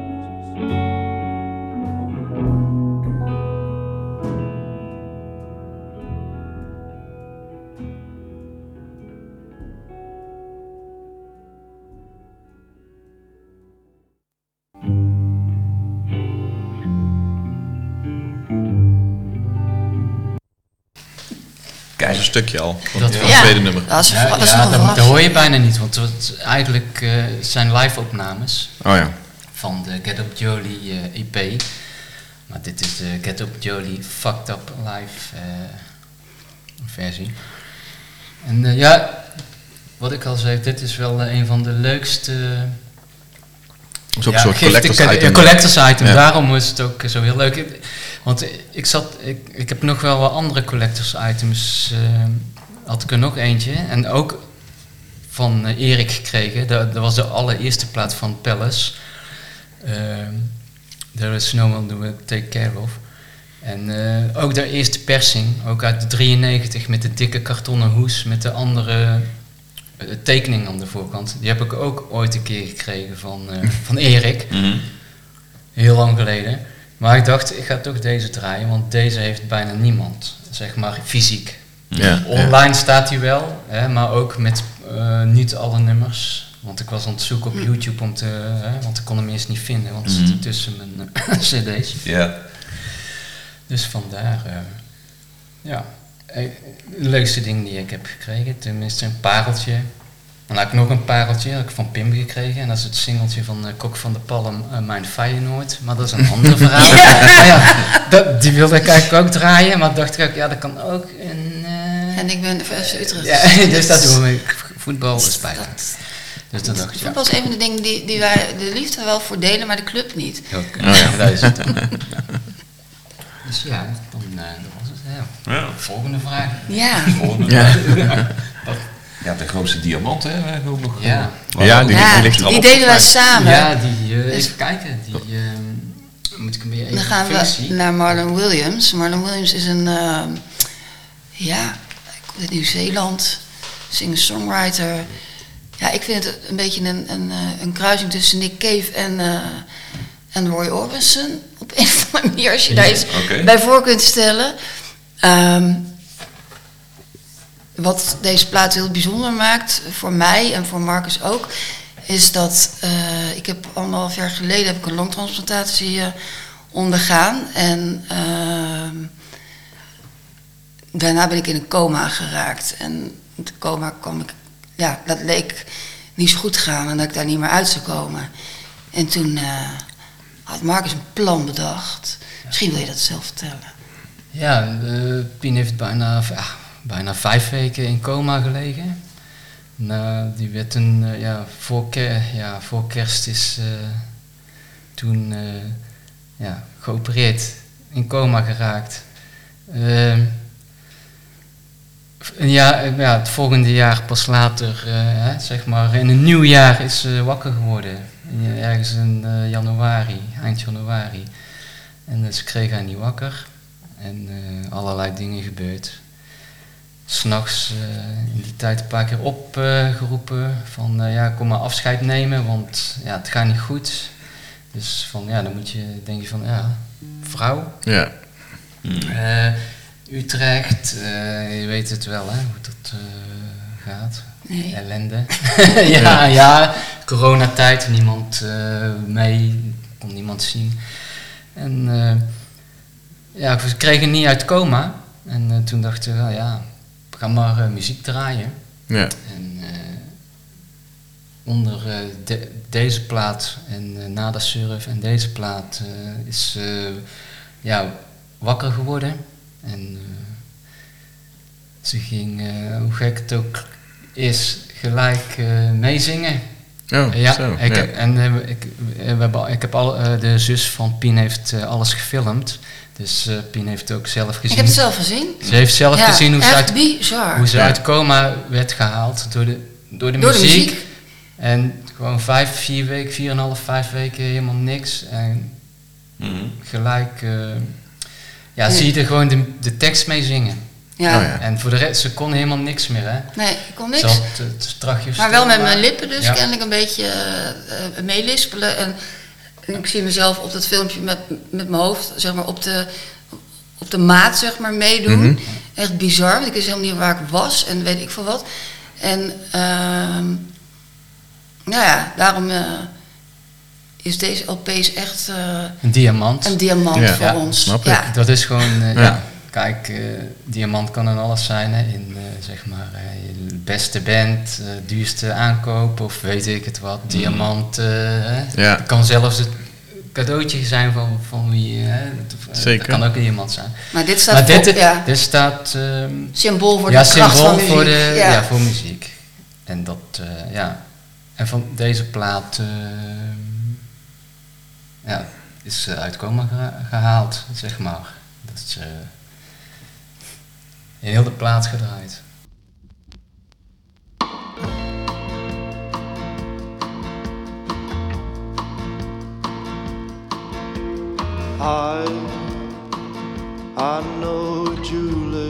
Dat is een stukje al. Van Dat het was- tweede nummer. Dat is, Ja, dat is ja, wel dat verrassend. hoor je bijna niet, want het eigenlijk zijn live-opnames Oh ja. van de Get Up Jolie EP. Maar dit is de Get Up Jolie Fucked Up Live versie. En ja, wat ik al zei, dit is wel een van de leukste... Dat is ook een soort collectors Een item. collectors item, Ja. daarom is het ook zo heel leuk. Want ik heb nog wel wat andere collectors items had ik er nog eentje. En ook van Erik gekregen. Dat was de allereerste plaat van Palace. There is no one to take care of. En ook de eerste persing, ook uit de 93 met de dikke kartonnen hoes met de andere tekening aan de voorkant. Die heb ik ook ooit een keer gekregen van Erik. Heel lang geleden. Maar ik dacht, ik ga toch deze draaien, want deze heeft bijna niemand, zeg maar fysiek. Ja, Online staat hij wel, hè, maar ook met niet alle nummers. Want ik was aan het zoeken op YouTube want ik kon hem eerst niet vinden, want het zit tussen mijn cd's. Ja. Dus vandaar, de leukste ding die ik heb gekregen, tenminste een pareltje. Dan heb ik nog een pareltje, dat heb ik van Pim gekregen. En dat is het singeltje van Kok van de Palm, Mijn Feyenoord. Maar dat is een ander verhaal. Die wilde ik eigenlijk ook draaien, maar dacht ik ook, ja dat kan ook. En ik ben voor FC Utrecht. Ja, dus dat doen we. Voetbal is spijtig. Dus dat dacht ik, voetbal is een van de dingen die wij de liefde wel voor delen, maar de club niet. Dat is het. Dus ja, dan dat was het. Ja. Volgende vraag. Ja. Ja, de grootste diamant, hè? We hebben ook nog. Ja. Die ligt er al die op. deden wij samen. Ja, even kijken. Moet ik hem weer even Dan gaan we naar Marlon Williams. Marlon Williams is een, hij komt uit Nieuw-Zeeland, singer-songwriter. Ja, ik vind het een beetje een kruising tussen Nick Cave en Roy Orbison. Op een of andere manier, als je daar iets bij voor kunt stellen. Wat deze plaat heel bijzonder maakt, voor mij en voor Marcus ook, is dat ik heb 1,5 jaar geleden heb ik een longtransplantatie ondergaan. En daarna ben ik in een coma geraakt. En in de coma kwam ik, dat leek niet zo goed te gaan en dat ik daar niet meer uit zou komen. En toen had Marcus een plan bedacht. Misschien wil je dat zelf vertellen. Ja, Pien heeft bijna 5 weken in coma gelegen. Die werd voor kerst is toen geopereerd, in coma geraakt. Het volgende jaar pas later, zeg maar in een nieuw jaar is ze wakker geworden. Ergens in eind januari. En dus kreeg hij niet wakker. En allerlei dingen gebeurd. 'S'nachts in die tijd een paar keer opgeroepen van kom maar afscheid nemen, want het gaat niet goed. Dus dan moet je, denk je van vrouw. Ja. Utrecht, je weet het wel hè, hoe dat gaat. Nee. Ellende. Coronatijd, niemand mee, kon niemand zien. En we kregen niet uit coma. En toen dachten we, we gaan maar muziek draaien. Ja. En onder deze plaat en Nada Surf en deze plaat is wakker geworden. En ze ging, hoe gek het ook is, gelijk meezingen. Oh, zo. Ik heb de zus van Pien heeft alles gefilmd. Dus Pien heeft het ook zelf gezien. Ik heb het zelf gezien. Ze heeft zelf gezien hoe ze uit coma werd gehaald door de muziek. En gewoon 5 weken helemaal niks. En gelijk zie je er gewoon de tekst mee zingen. Ja. En voor de rest, ze kon helemaal niks meer, hè? Nee, ik kon niks. Maar wel met mijn lippen dus, kennelijk een beetje meelispelen. En ik zie mezelf op dat filmpje met mijn hoofd, zeg maar, op de maat, zeg maar, meedoen. Mm-hmm. Echt bizar, want ik wist helemaal niet waar ik was en weet ik veel wat. En daarom is deze LP echt een diamant. Een diamant voor ons. Snap ik. Dat is gewoon, kijk, diamant kan in alles zijn, hè. In zeg maar je beste band, duurste aankoop of weet ik het wat. Diamant, het kan zelfs het cadeautje zijn van wie, Zeker. Dat kan ook iemand zijn. Maar dit staat dit staat symbool voor de kracht van muziek. Voor muziek. En dat, en van deze plaat is uit coma gehaald, zeg maar. Dat is heel de plaat gedraaid. I know Julie,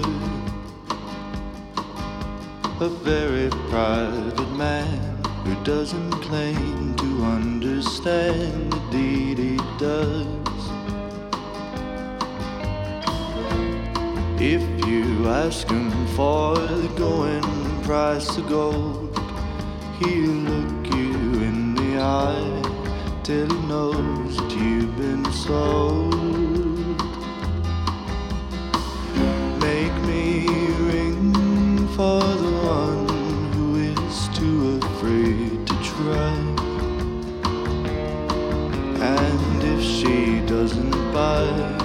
a very private man who doesn't claim to understand the deed he does. If you ask him for the going price of gold, he'll look you in the eye till he knows that you've been sold. Make me ring for the one who is too afraid to try. And if she doesn't buy,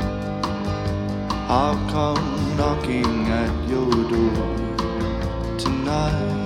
I'll come knocking at your door tonight.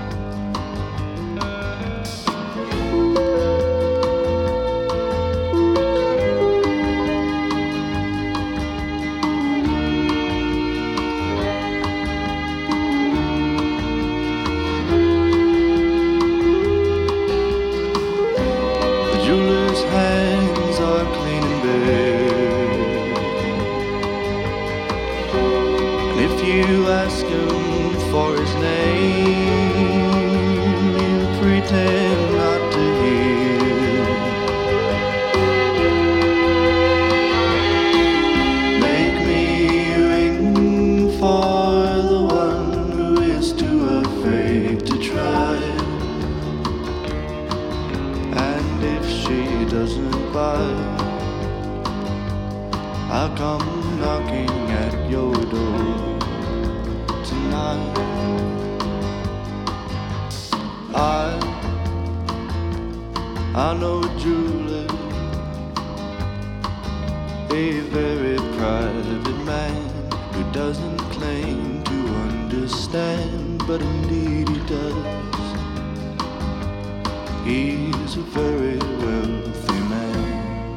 I'll come knocking at your door tonight. I know Julie, a very private man who doesn't claim to understand, but indeed he does. He's a very wealthy man.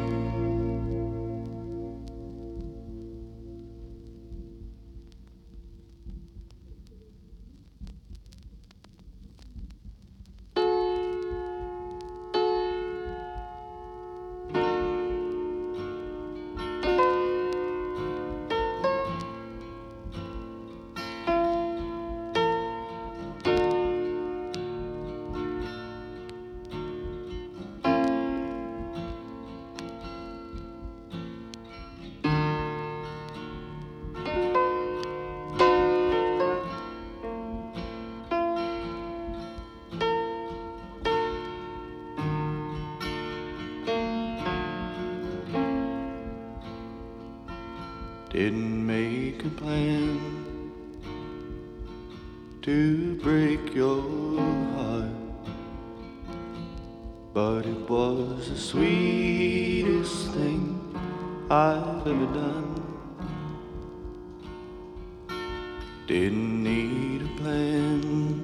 Didn't make a plan to break your heart, but it was the sweetest thing I've ever done. Didn't need a plan,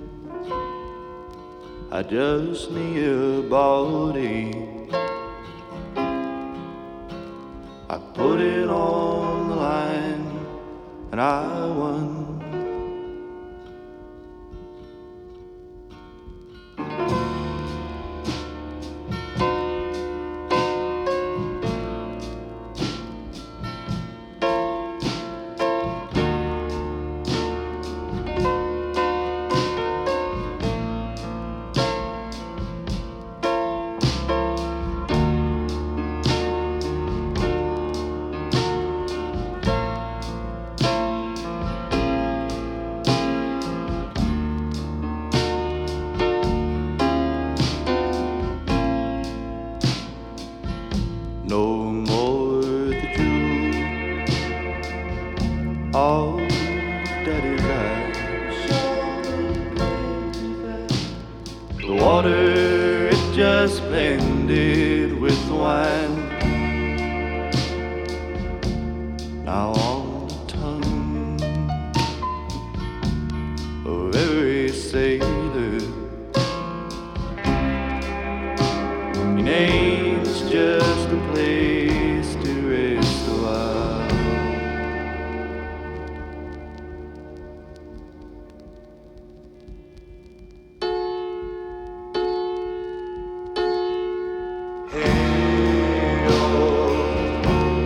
I just need a body. I put it on the line and I won. No more the jewel of daddy's eyes. The water, it just blended with the wine. Now on the tongue of every sailor, your name's just a place to rest a while. Hey, oh,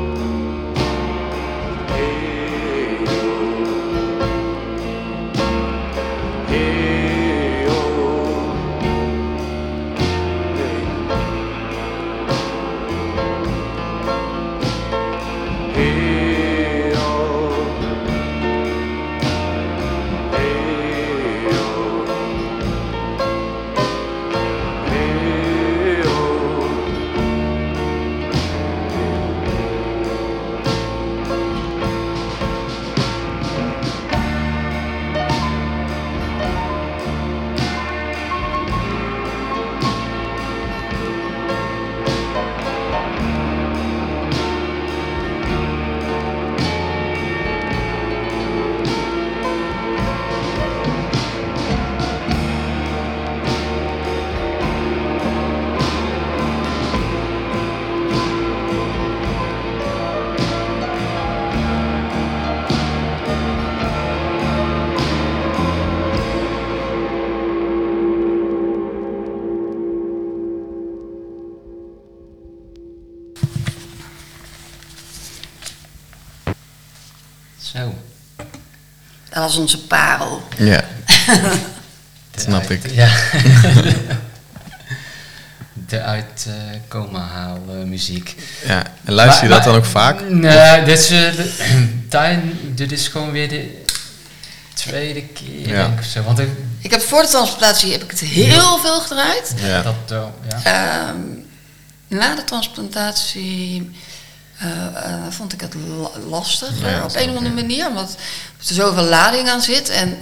Zo. Dat was onze parel. Ja, snap ik. Ja. De uit coma haal muziek. Ja, en luister je dat dan ook vaak? Nee, dit is gewoon weer de tweede keer, Ja. denk ik of zo. Want Ik heb voor de transplantatie heb ik het heel veel gedraaid. Ja. dat wel, ja. Na de transplantatie vond ik het lastig Ja, op een of andere manier, omdat er zoveel lading aan zit. En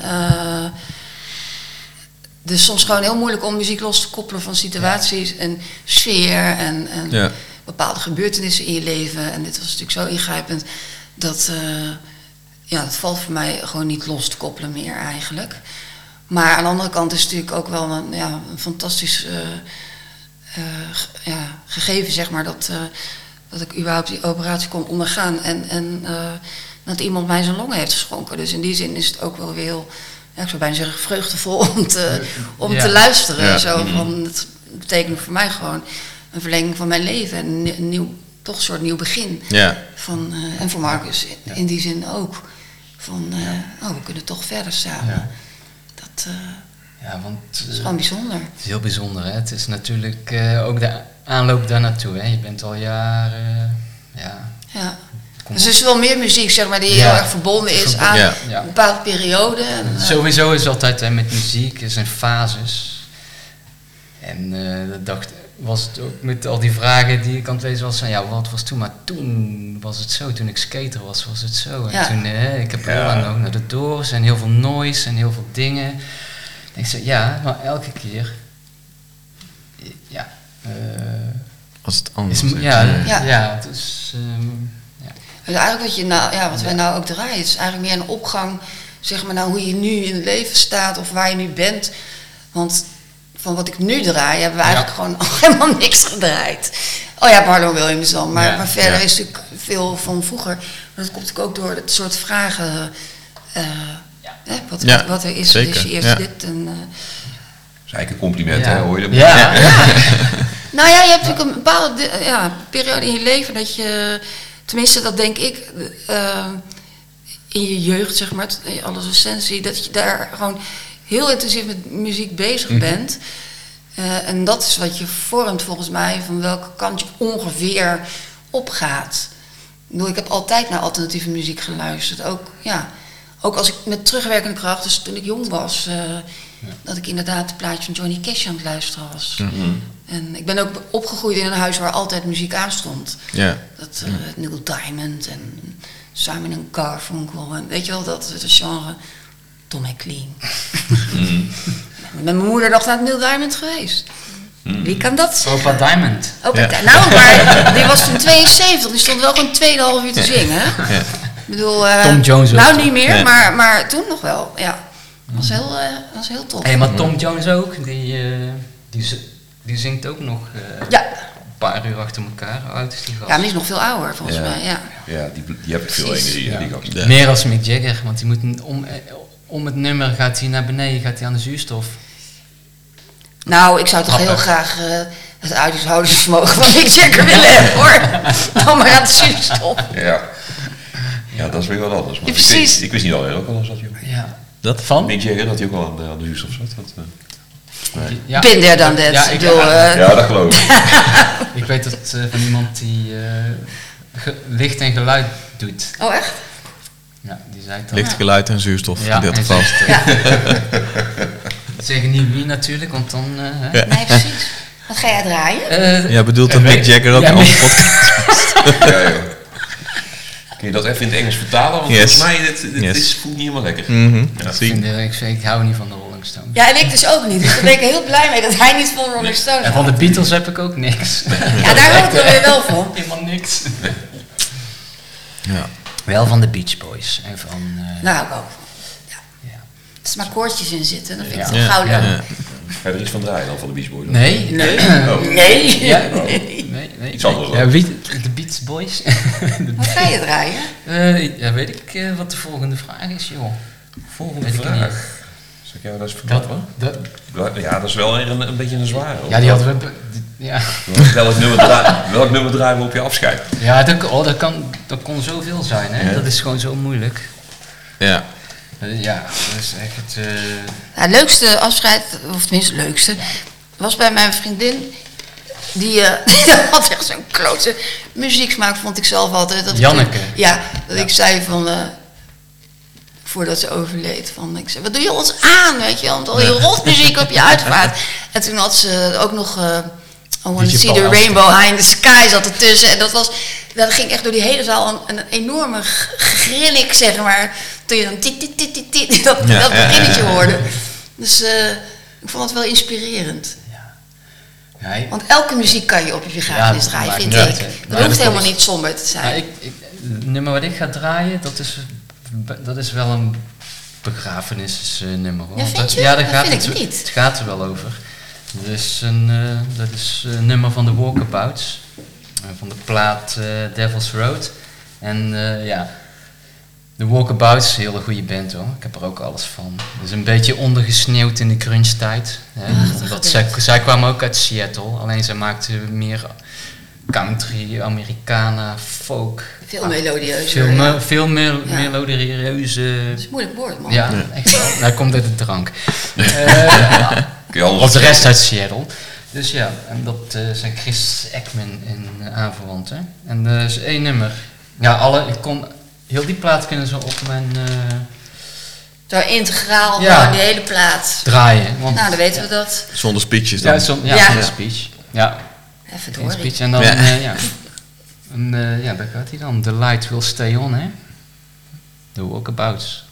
het is soms gewoon heel moeilijk om muziek los te koppelen van situaties en sfeer en Ja. bepaalde gebeurtenissen in je leven. En dit was natuurlijk zo ingrijpend dat dat valt voor mij gewoon niet los te koppelen meer eigenlijk. Maar aan de andere kant is het natuurlijk ook wel een fantastisch gegeven, zeg maar, dat ik überhaupt die operatie kon ondergaan en dat iemand mij zijn longen heeft geschonken. Dus in die zin is het ook wel weer heel, ik zou bijna zeggen, vreugdevol om te luisteren. Ja. Zo, van, het betekent voor mij gewoon een verlenging van mijn leven en een nieuw, toch een soort nieuw begin. Ja. En voor Marcus in die zin ook. Van, we kunnen toch verder samen. Ja. Dat Want is gewoon bijzonder. Het is heel bijzonder, hè. Het is natuurlijk ook de aanloop daar naartoe, hè. Je bent al jaren, Ja. Dus er is wel meer muziek, zeg maar, die heel erg verbonden is aan een bepaalde periode. En, sowieso is het altijd met muziek, er zijn fases. En was het ook met al die vragen die ik aan het lezen was van, wat was toen? Maar toen was het zo, toen ik skater was het zo. En toen, ik heb heel lang ook naar de Doors en heel veel noise en heel veel dingen. En ik zei, maar elke keer, was het anders? Dus eigenlijk wat wij nou ook draaien, het is eigenlijk meer een opgang, zeg maar, nou hoe je nu in het leven staat of waar je nu bent. Want van wat ik nu draai, hebben we eigenlijk gewoon nog helemaal niks gedraaid. Oh ja, Marlon Williams dan, maar verder is natuurlijk veel van vroeger. Maar dat komt natuurlijk ook door het soort vragen, wat er is. Zeker. Dus je eerst dit en... Dat is eigenlijk een compliment, hè, hoor je dat? Ja. Nou ja, je hebt natuurlijk een bepaalde periode in je leven dat je, tenminste dat denk ik, in je jeugd, zeg maar, in je adolescentie, dat je daar gewoon heel intensief met muziek bezig bent. En dat is wat je vormt volgens mij, van welke kant je ongeveer opgaat. Ik heb altijd naar alternatieve muziek geluisterd. Ook als ik met terugwerkende kracht, dus toen ik jong was, dat ik inderdaad het plaatje van Johnny Cash aan het luisteren was. Mm-hmm. En ik ben ook opgegroeid in een huis waar altijd muziek aan stond. Ja. Dat Neil Diamond en Simon & Garfunkel en weet je wel, dat het genre Tom McLean. Met mijn moeder nog naar Neil Diamond geweest. Wie kan dat zeggen? Opa Diamond. Nou, maar die was toen 72, die stond wel gewoon 2,5 uur te zingen. Hè? Ja. Ik bedoel, Tom Jones nou ook, niet meer, Nee. maar toen nog wel. Ja, was heel tof. Hey, maar Tom Jones ook, die zingt ook nog een paar uur achter elkaar. Hoe oud is die gast? Ja, maar die is nog veel ouder volgens mij. Ja. Ja, die heb ik veel energie, die gast. Ja. Meer als Mick Jagger, want die moet om het nummer gaat hij naar beneden, gaat hij aan de zuurstof. Nou, ik zou toch Happen. heel graag het uithoudingsvermogen van Mick Jagger willen hebben, hoor. Dan maar aan de zuurstof. Ja, dat is weer wat anders. Maar Precies. Ik wist niet al ook al eens dat je Ja. Dat? Van? Mick Jagger, dat hij ook al aan de zuurstof zat. Nee. Ja. Been there, done that. Ja, Ik bedoel, Ja, dat geloof ik. Ik weet dat van iemand die licht en geluid doet. Oh, echt? Ja, die zei ik dan. Licht, geluid en zuurstof Ja, in dit en geval. Ja. Zeggen niet wie natuurlijk, want dan... hè. Ja. Nee, precies. Wat ga jij draaien? Ja, bedoelt dat Mick Jagger ook ja, een Mick- andere podcast? Ja, joh. Kun je dat even in het Engels vertalen? Want Yes. volgens mij, dit Yes. voelt niet helemaal lekker. Mhm. Ja. Ik hou niet van de Rolling Stones. Ja, en ik dus ook niet. Dus daar ben ik heel blij mee dat hij niet van Rolling Stones En van de houdt. Beatles heb ik ook niks. Ja, daar hou ik er weer wel van. Helemaal niks. Ja. Wel van de Beach Boys. En van... Nou, hou ik ook van. Ja. Ja. Als er maar koortjes in zitten, dan vind ik Ja. het al gauw Ja, leuk. ja. Ga je er iets van draaien dan van de Beach Boys? Nee. Nee. Oh. Nee. Ja, Nee. nee. Iets anders dan. Ja, wie, de Beach Boys. Wat ga je draaien? Ja, weet ik wat de volgende vraag is, joh. Volgende Weet ik vraag. niet. Zal ik jou dat eens Dat, verklappen? dat, Ja, dat is wel een beetje een zware. ja, die hadden we... Ja, Welk nummer draaien we op je afscheid? ja dat kon zoveel zijn, hè. Ja. Dat is gewoon zo moeilijk. Ja. Ja, dat is echt... Nou, het leukste afscheid, of tenminste het leukste, was bij mijn vriendin. Die had echt zo'n klote muzieksmaak, vond ik zelf altijd. Dat Janneke. Ik zei van... voordat ze overleed, van ik zei, wat doe je ons aan, weet je, want al die rotmuziek op je uitvaart. En toen had ze ook nog I Want to DJ See Paul the Elstak. Rainbow High in the Sky zat ertussen. En dat ging echt door die hele zaal een enorme grinnik, zeg maar. Toen je dan dat beginnetje hoorde. Dus ik vond het wel inspirerend. Ja, Want elke muziek kan je op je begrafenis Ja, draaien, maakt vind niet ik. uit, hè. Dat Nou, hoeft dat helemaal is- niet somber te zijn. ja, het nummer wat ik ga draaien, dat is wel een begrafenisnummer. Hoor. Ja, vind Want je? ja, Dat gaat vind ik het, niet. Het gaat er wel over. Dat is een nummer van de Walkabouts, van de plaat Devil's Road. En de Walkabouts is een hele goede band hoor. Ik heb er ook alles van. Het is een beetje ondergesneeuwd in de grunge tijd. Omdat zij kwamen ook uit Seattle, alleen zij maakten meer country, Americana, folk. Veel melodieuzer. Veel meer Ja. melodieuze. Dat is een moeilijk woord, man. Ja, echt wel. Hij komt uit de drank. Kun je anders Of de rest uit Seattle. Dus ja, en dat zijn Chris Ekman en aanverwanten. En dat is één nummer. Ja, heel die plaat kunnen ze op mijn Zo integraal, Ja. gewoon die hele plaat. draaien. Want, Nou, dan weten we dat. Zonder speeches dan. Ja. zonder speech. Ja, Even geen door. speech. En dan, Ja. daar gaat hij dan. The light will stay on, hè. The Walkabouts.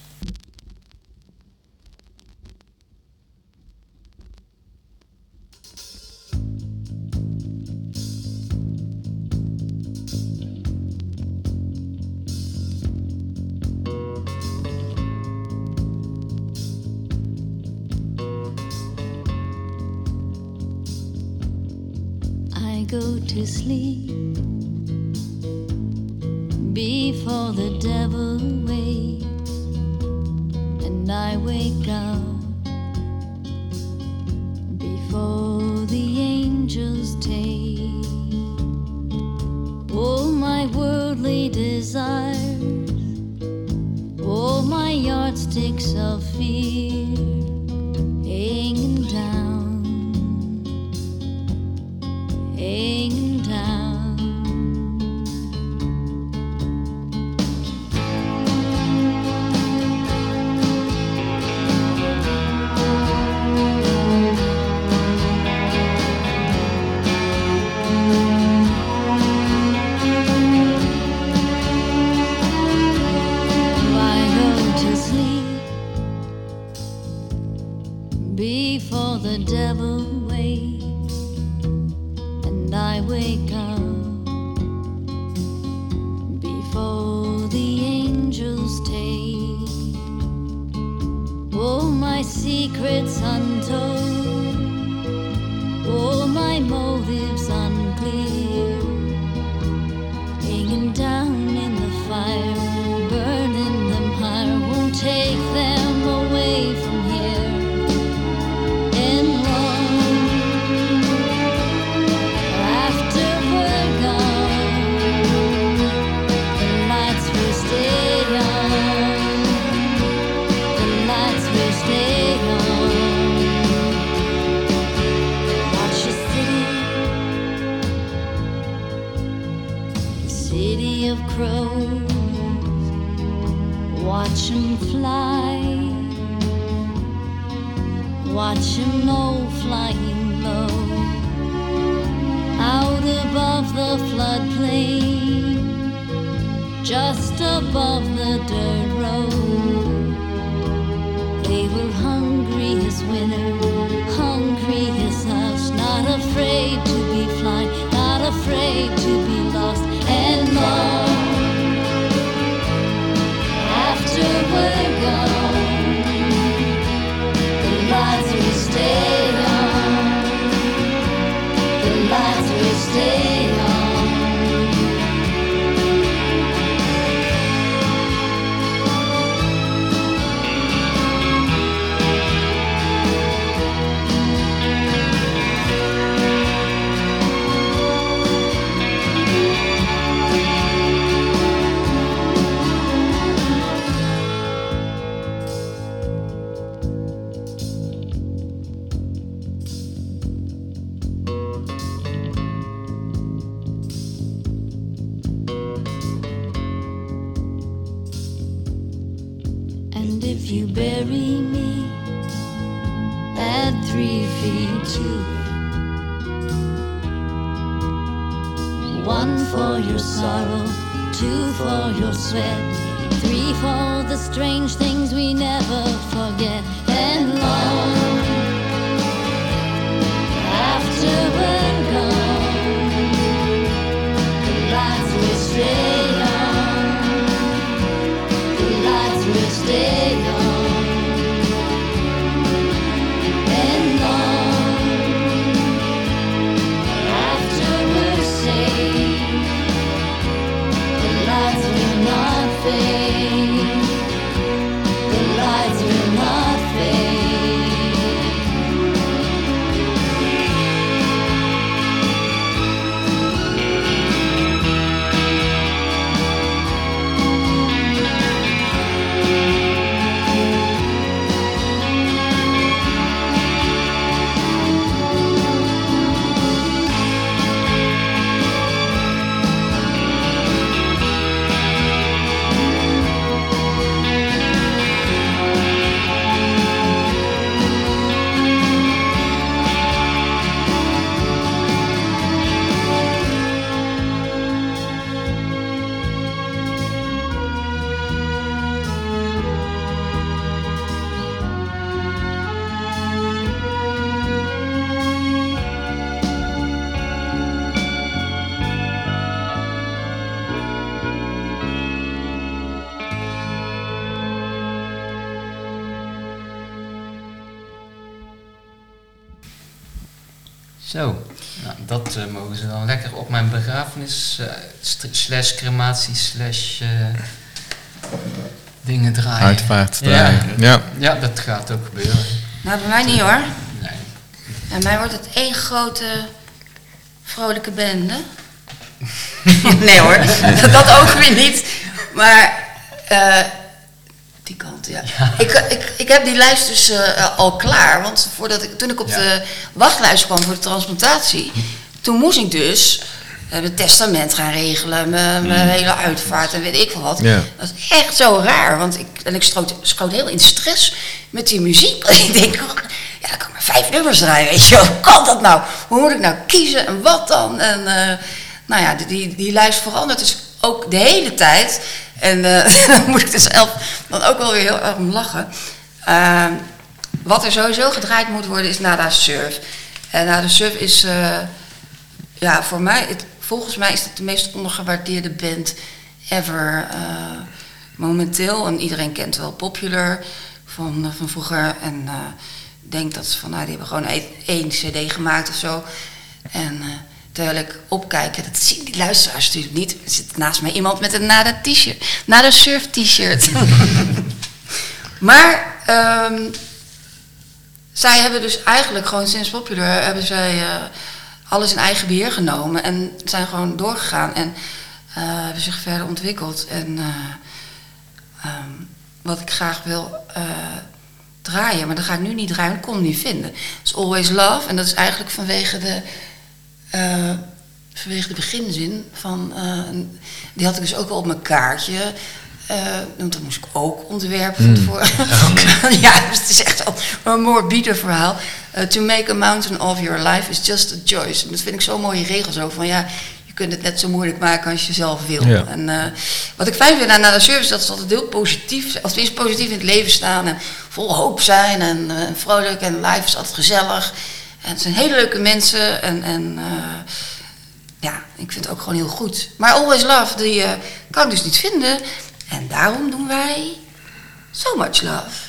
I go to sleep before the devil wakes, and I wake up before the angels take all my worldly desires, all my yardsticks of fear hanging down. Hanging down. I go to sleep before the devil wakes, and I wake up before the angels take all my secrets untold, all my motives unclear, hanging down in the fire, burning them higher, won't take them away from here. And long after we're gone, the lights will stay on. The lights will stay on. Watch the city of crows. Watch 'em fly. Watch 'em all flying low. Out above the floodplain, just above the dirt road. They were hungry as winter, hungry as us, not afraid to be flying, not afraid to be lost and long. After we're gone, the lights will stay on, the lights will stay on. And if you bury me at 3 feet 2, 1 for your sorrow, 2 for your sweat, 3 for the strange things we never forget. And long after we're gone, the lights will stay on, the lights will stay on. And long after we're safe, the lights will not fade, the lights will not fade. Zo, nou, dat mogen ze dan lekker op mijn begrafenis slash crematie slash dingen draaien. Uitvaart draaien. Ja. Ja, dat gaat ook gebeuren. Nou, bij mij niet hoor. Nee. En mij wordt het één grote vrolijke bende. Nee hoor, dat ook weer niet. Maar die kant, ja. Ik heb die lijst dus al klaar. Want toen ik op de wachtlijst kwam voor de transplantatie, toen moest ik dus mijn testament gaan regelen, mijn hele uitvaart en weet ik veel wat. Ja. Dat is echt zo raar, want ik schoot heel in stress met die muziek. Ik denk, ja, dan kan ik maar 5 nummers draaien, weet je. Hoe kan dat nou? Hoe moet ik nou kiezen en wat dan? En nou ja, die lijst verandert dus ook de hele tijd. En dan moet ik er zelf dan ook wel weer heel erg om lachen. Wat er sowieso gedraaid moet worden is Nada Surf. En Nada Surf is, ja, voor mij, volgens mij is het de meest ondergewaardeerde band ever momenteel. En iedereen kent wel Popular van vroeger. En denkt dat ze van, nou, die hebben gewoon 1 cd gemaakt of zo. En terwijl ik opkijk, dat zien die luisteraars natuurlijk niet. Er zit naast mij iemand met een Nada t-shirt. Nada Surf t-shirt. Maar zij hebben dus eigenlijk gewoon sinds Popular hebben zij alles in eigen beheer genomen en zijn gewoon doorgegaan en hebben zich verder ontwikkeld. En wat ik graag wil draaien, maar dat ga ik nu niet draaien, ik kon hem niet vinden. Het is Always Love en dat is eigenlijk vanwege de vanwege de beginzin van... die had ik dus ook al op mijn kaartje. Want dat moest ik ook ontwerpen van tevoren. Ja, dus het is echt wel een morbide verhaal. To make a mountain of your life is just a choice. En dat vind ik zo'n mooie regel zo van ja... Je kunt het net zo moeilijk maken als je zelf wil. Ja. En wat ik fijn vind aan de service, dat ze altijd heel positief, als we eens positief in het leven staan en vol hoop zijn en vrolijk en life is altijd gezellig. En het zijn hele leuke mensen en ja, ik vind het ook gewoon heel goed. Maar Always Love, die kan ik dus niet vinden. En daarom doen wij So Much Love.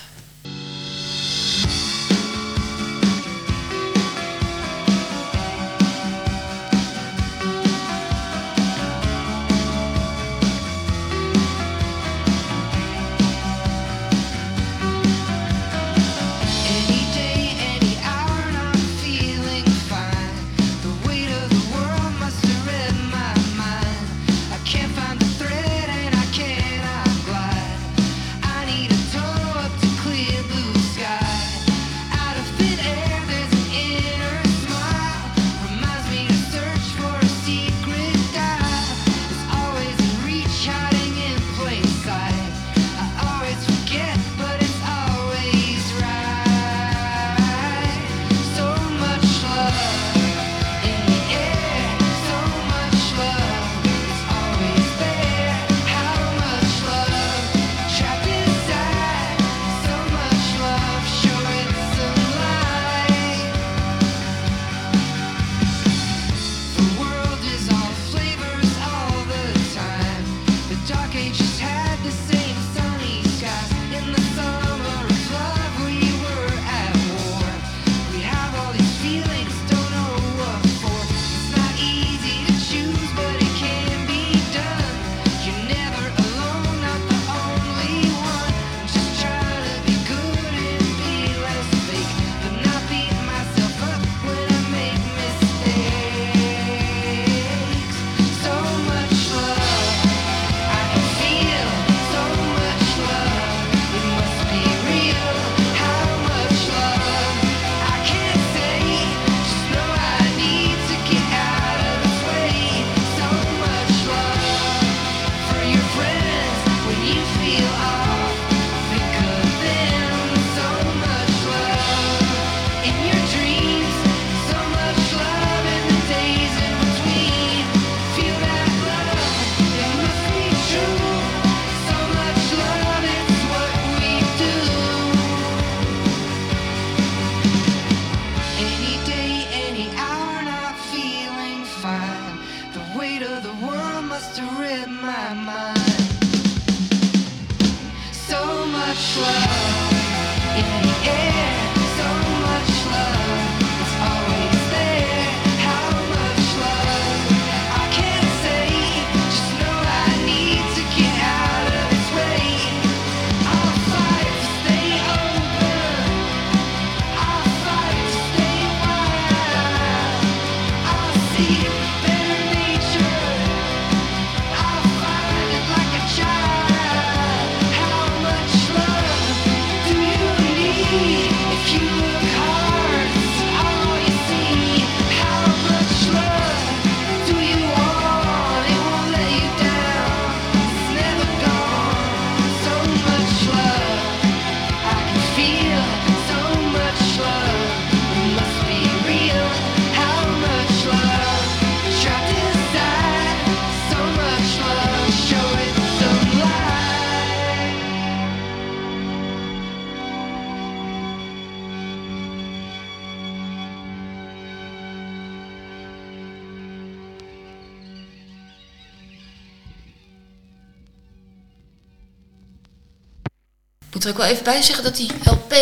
Ik moet er ook wel even bij zeggen dat die LP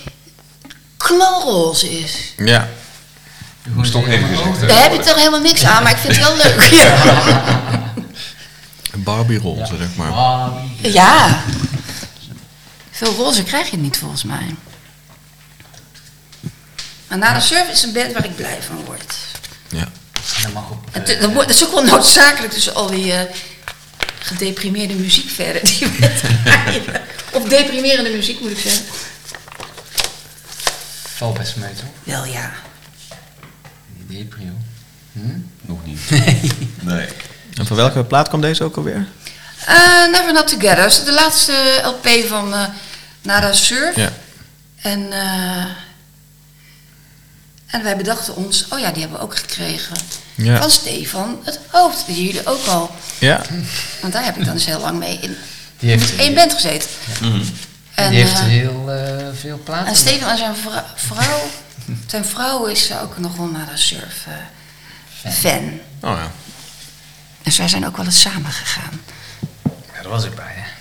knalroze is. Ja. Moest toch even gezegd Daar heb ik toch helemaal niks aan, maar ik vind het wel leuk. Ja. Barbie roze, zeg maar. Ja. Veel roze krijg je niet volgens mij. Maar Na de Surf is een band waar ik blij van word. Ja. Dat is ook wel noodzakelijk tussen al die gedeprimeerde muziek verder. Die of deprimerende muziek moet ik zeggen. Valt best mee toch? Wel ja. Die depri, hoor. Nog niet. Nee. En van welke plaat kwam deze ook alweer? Never Not Together. Dat is de laatste LP van Nada Surf. Ja. En wij bedachten ons, die hebben we ook gekregen. Ja. Van Stefan het Hoofd. Die jullie ook al. Ja. Want daar heb ik dan dus heel lang mee in Die heeft één band gezeten. En, die heeft heel veel plaatsen. En Stefan en zijn vrouw is ook nog wel Nada Surf fan. Oh ja. Dus wij zijn ook wel eens samen gegaan. Ja, daar was ik bij, hè.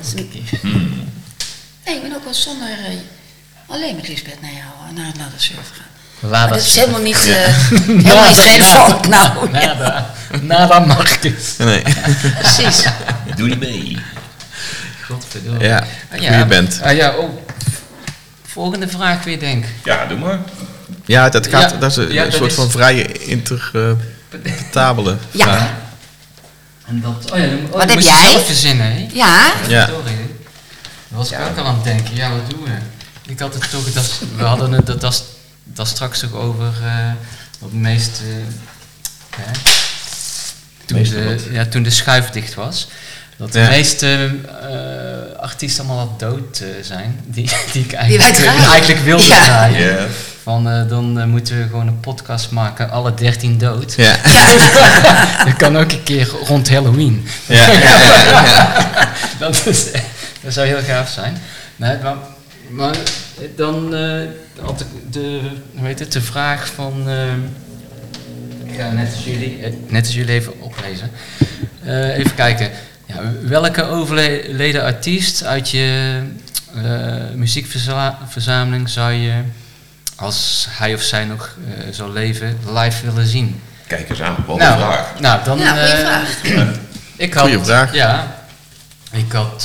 Nee, ik ben ook wel zonder alleen met Lisbeth naar jou, naar Nada Surf gegaan. Nada Maar dat is Surf. helemaal niet, helemaal niet relevant nou. Nada Marcus. Nee. Precies. Doe niet mee. Godverdomme. Ja, goede band. Volgende vraag weer, denk ik. Ja, doe maar. Ja, dat gaat, Ja, dat is een ja, dat soort is- van vrije interpretabele Ja. vraag. En dat, Wat dat heb moet je jij? zelf verzinnen, hè? Ja. Ja. Sorry. Dat was ik ook al aan het denken. Ja, wat doen we? Ik had het toch, we hadden het dat straks toch over het meest... hè? Toen de schuif dicht was. Dat de Ja. meeste artiesten allemaal al dood zijn. Die ik wij draaien. eigenlijk wilde Ja. draaien. Ja. Dan moeten we gewoon een podcast maken, alle 13 dood. Ja. Dat kan ook een keer rond Halloween. Ja. Dat zou heel gaaf zijn. Nee, maar dan had ik de vraag van... ik ga net als jullie even oplezen. Even kijken. Ja, welke overleden artiest uit je muziekverzameling zou je, als hij of zij nog zou leven, live willen zien? Kijk eens aan, wat een vraag. Nou, dan... Ja, goeie vraag. Goeie vraag. Ja. Ik had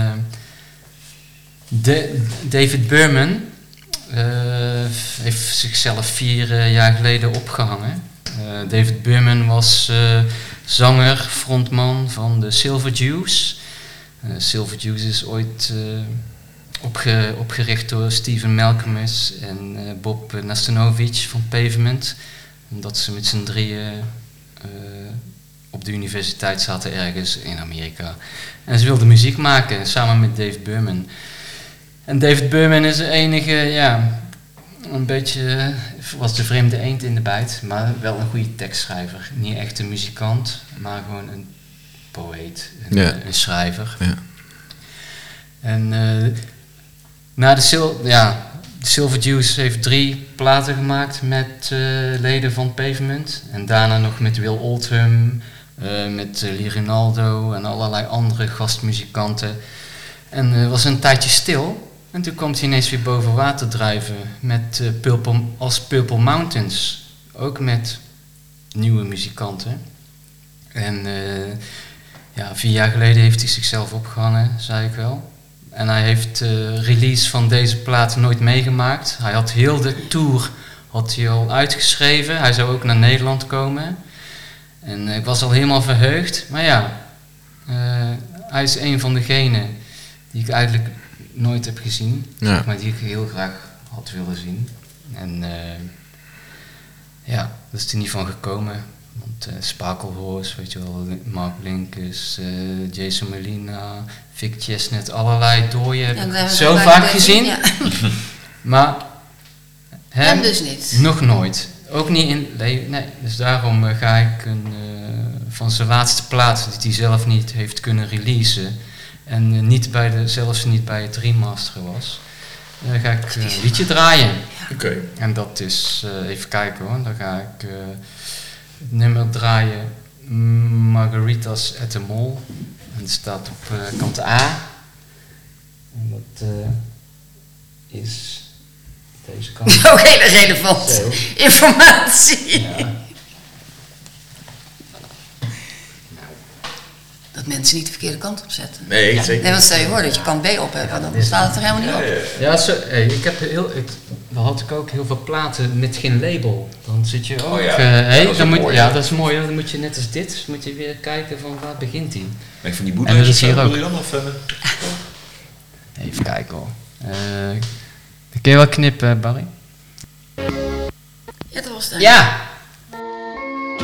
David Berman heeft zichzelf 4 jaar geleden opgehangen. David Berman was zanger, frontman van de Silver Juice. Silver Juice is ooit opgericht door Steven Malcolmus en Bob Nastanovic van Pavement. Omdat ze met z'n drieën op de universiteit zaten ergens in Amerika. En ze wilden muziek maken samen met Dave Berman. En David Berman is de enige, een beetje, was de vreemde eend in de bijt, maar wel een goede tekstschrijver. Niet echt een muzikant, maar gewoon een poëet, een schrijver. Ja. En na de Silver Juice heeft 3 platen gemaakt met leden van Pavement. En daarna nog met Will Oldham, met Lee Rinaldo en allerlei andere gastmuzikanten. En was een tijdje stil. En toen kwam hij ineens weer boven water drijven met Purple Mountains. Ook met nieuwe muzikanten. En 4 jaar geleden heeft hij zichzelf opgehangen, zei ik wel. En hij heeft de release van deze plaat nooit meegemaakt. Hij had heel de tour al uitgeschreven. Hij zou ook naar Nederland komen. En ik was al helemaal verheugd. Maar hij is een van degenen die ik eigenlijk nooit heb gezien. Ja. Maar die ik heel graag had willen zien. En dat is er niet van gekomen. Want Spakelhorse, weet je wel, Mark Linkus, Jason Molina, Vic Chestnut, allerlei dooien heb ik zo vaak gezien. Ja. Maar Hem dus niet. nog nooit. Ook niet in leven. Nee, dus daarom ga ik van zijn laatste plaat, die hij zelf niet heeft kunnen releasen. En zelfs niet bij het remasteren was. Ga ik een liedje draaien. Oké. En dat is, even kijken hoor, dan ga ik het nummer draaien Margaritas at the Mall. En het staat op kant A. En dat is deze kant. Ook hele relevante Zo. informatie. Ja. Dat mensen niet de verkeerde kant op zetten. Nee, zeker. Nee, want stel je voor dat je kant B op hebt, dan staat het er helemaal niet op. Ja, ik heb dan had ik ook heel veel platen met geen label. Dan zit je ook... Oh ja, dat is dan ook moet, mooi, ja, hè? dat is mooi. Dan moet je net als dit, moet je weer kijken van waar begint hij. Ben ik van die En dat bootleggers is hier bedoel ook. je dan? Of, Even kijken hoor. Kun je wel knippen, Barry? Ja, dat was het. Ja!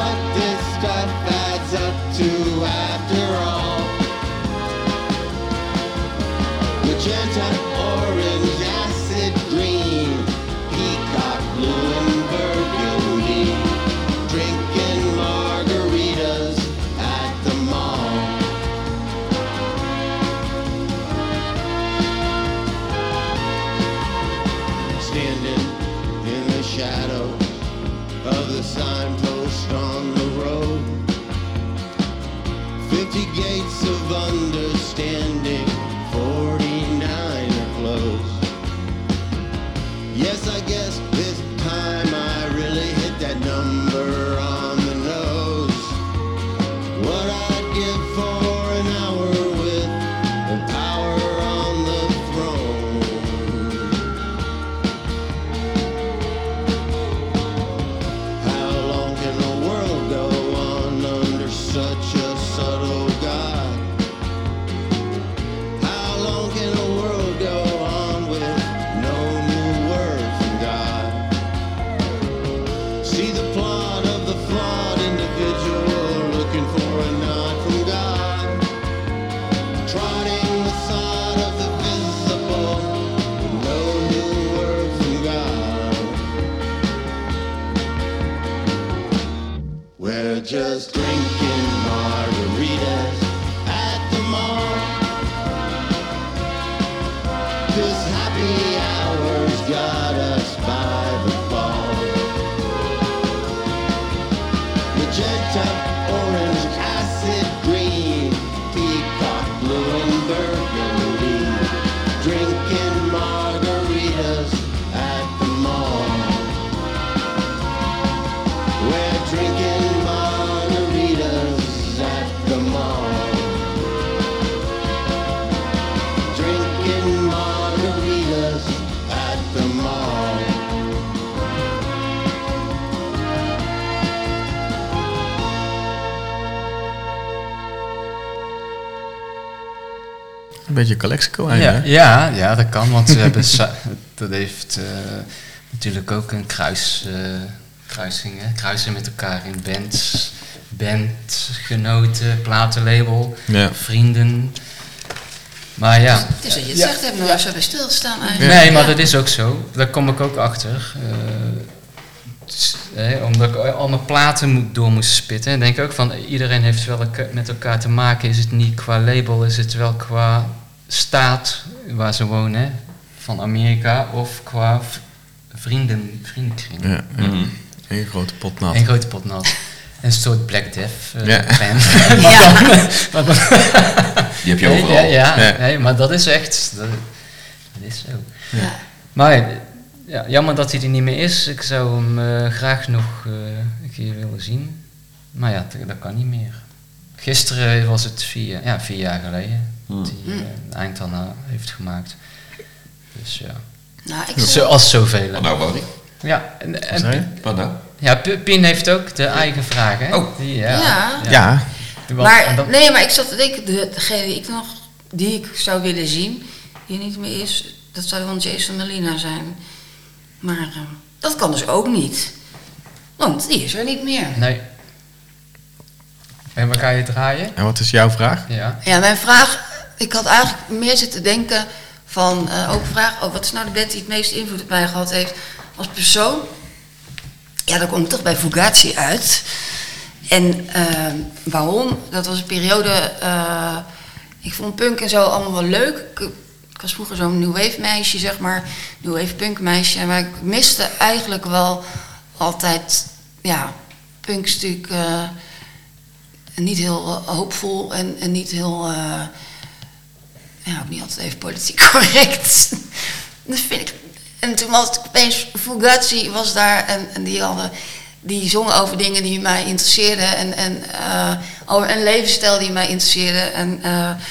what this stuff adds up to after all. Magenta, orange, acid green, peacock blue and burgundy, drinking margaritas at the mall. Standing in the shadow of the signpost on the road, 50 gates of understanding, 49 are closed. Yes, I guess this time I really hit that number on the nose. What I'd give for an hour with the power on the throne. How long can the world go on under such a subtle God? How long can the world go on with no new word from God? See the plot of the flawed individual looking for a nod from God, trotting the sod of the visible with no new word from God. We're just drinking margaritas at the mall. This happy hour's got us by the ball. Magenta, orange, acid green, peacock blue and burgundy, drinking margaritas at the mall. We're drinking margaritas at the mall. Drinking margaritas at the mall. Een beetje Calexico Ja, eigenlijk. ja, dat kan, want ze hebben dat heeft natuurlijk ook een kruising, hè? Kruisen met elkaar in bands, bandgenoten, platenlabel, Ja. vrienden. Maar ja. Dus dat je het zegt, hebben we nog zo bij stilstaan eigenlijk. Nee, maar Ja. dat is ook zo. Daar kom ik ook achter. Omdat ik al mijn platen door moest spitten. En denk ik ook van, iedereen heeft wel met elkaar te maken. Is het niet qua label, is het wel qua staat waar ze wonen. Van Amerika. Of qua vriendenkring. Ja, Een grote pot nat. Een grote pot nat. Een soort Black Death Ja. band. Ja. Maar dan- Die heb je overal. Ja. Ja. Nee, maar dat is echt... Dat is zo. Ja. Maar ja, jammer dat hij er niet meer is. Ik zou hem graag nog een keer willen zien. Maar ja, dat kan niet meer. Gisteren was het 4 jaar geleden. Dat hij een eind aan heeft gemaakt. Dus ja. Nou, ik Zoals zoveel. Wat nou, Barry? Ja, Wat nou? Ja, Pien heeft ook de eigen vragen. Oh. Ja. Maar, Want- maar ik zat te denken, degene die ik zou willen zien, die niet meer is, dat zou dan Jason Molina zijn. Maar dat kan dus ook niet. Want die is er niet meer. Nee. En waar ga je draaien? En wat is jouw vraag? Ja. Ja, mijn vraag, ik had eigenlijk meer zitten denken van, ook een vraag, wat is nou de band die het meeste invloed op mij gehad heeft als persoon? Ja, dan kom ik toch bij Fugazi uit. En waarom? Dat was een periode, ik vond punk en zo allemaal wel leuk. Ik was vroeger zo'n new wave meisje, zeg maar, new wave punk meisje. Maar ik miste eigenlijk wel altijd, ja, punk is natuurlijk niet heel hoopvol en niet heel, ja, ook niet altijd even politiek correct. Dat vind ik. En toen was het opeens, Fugazi was daar en die zongen over dingen die mij interesseerden en over een levensstijl die mij interesseerde. En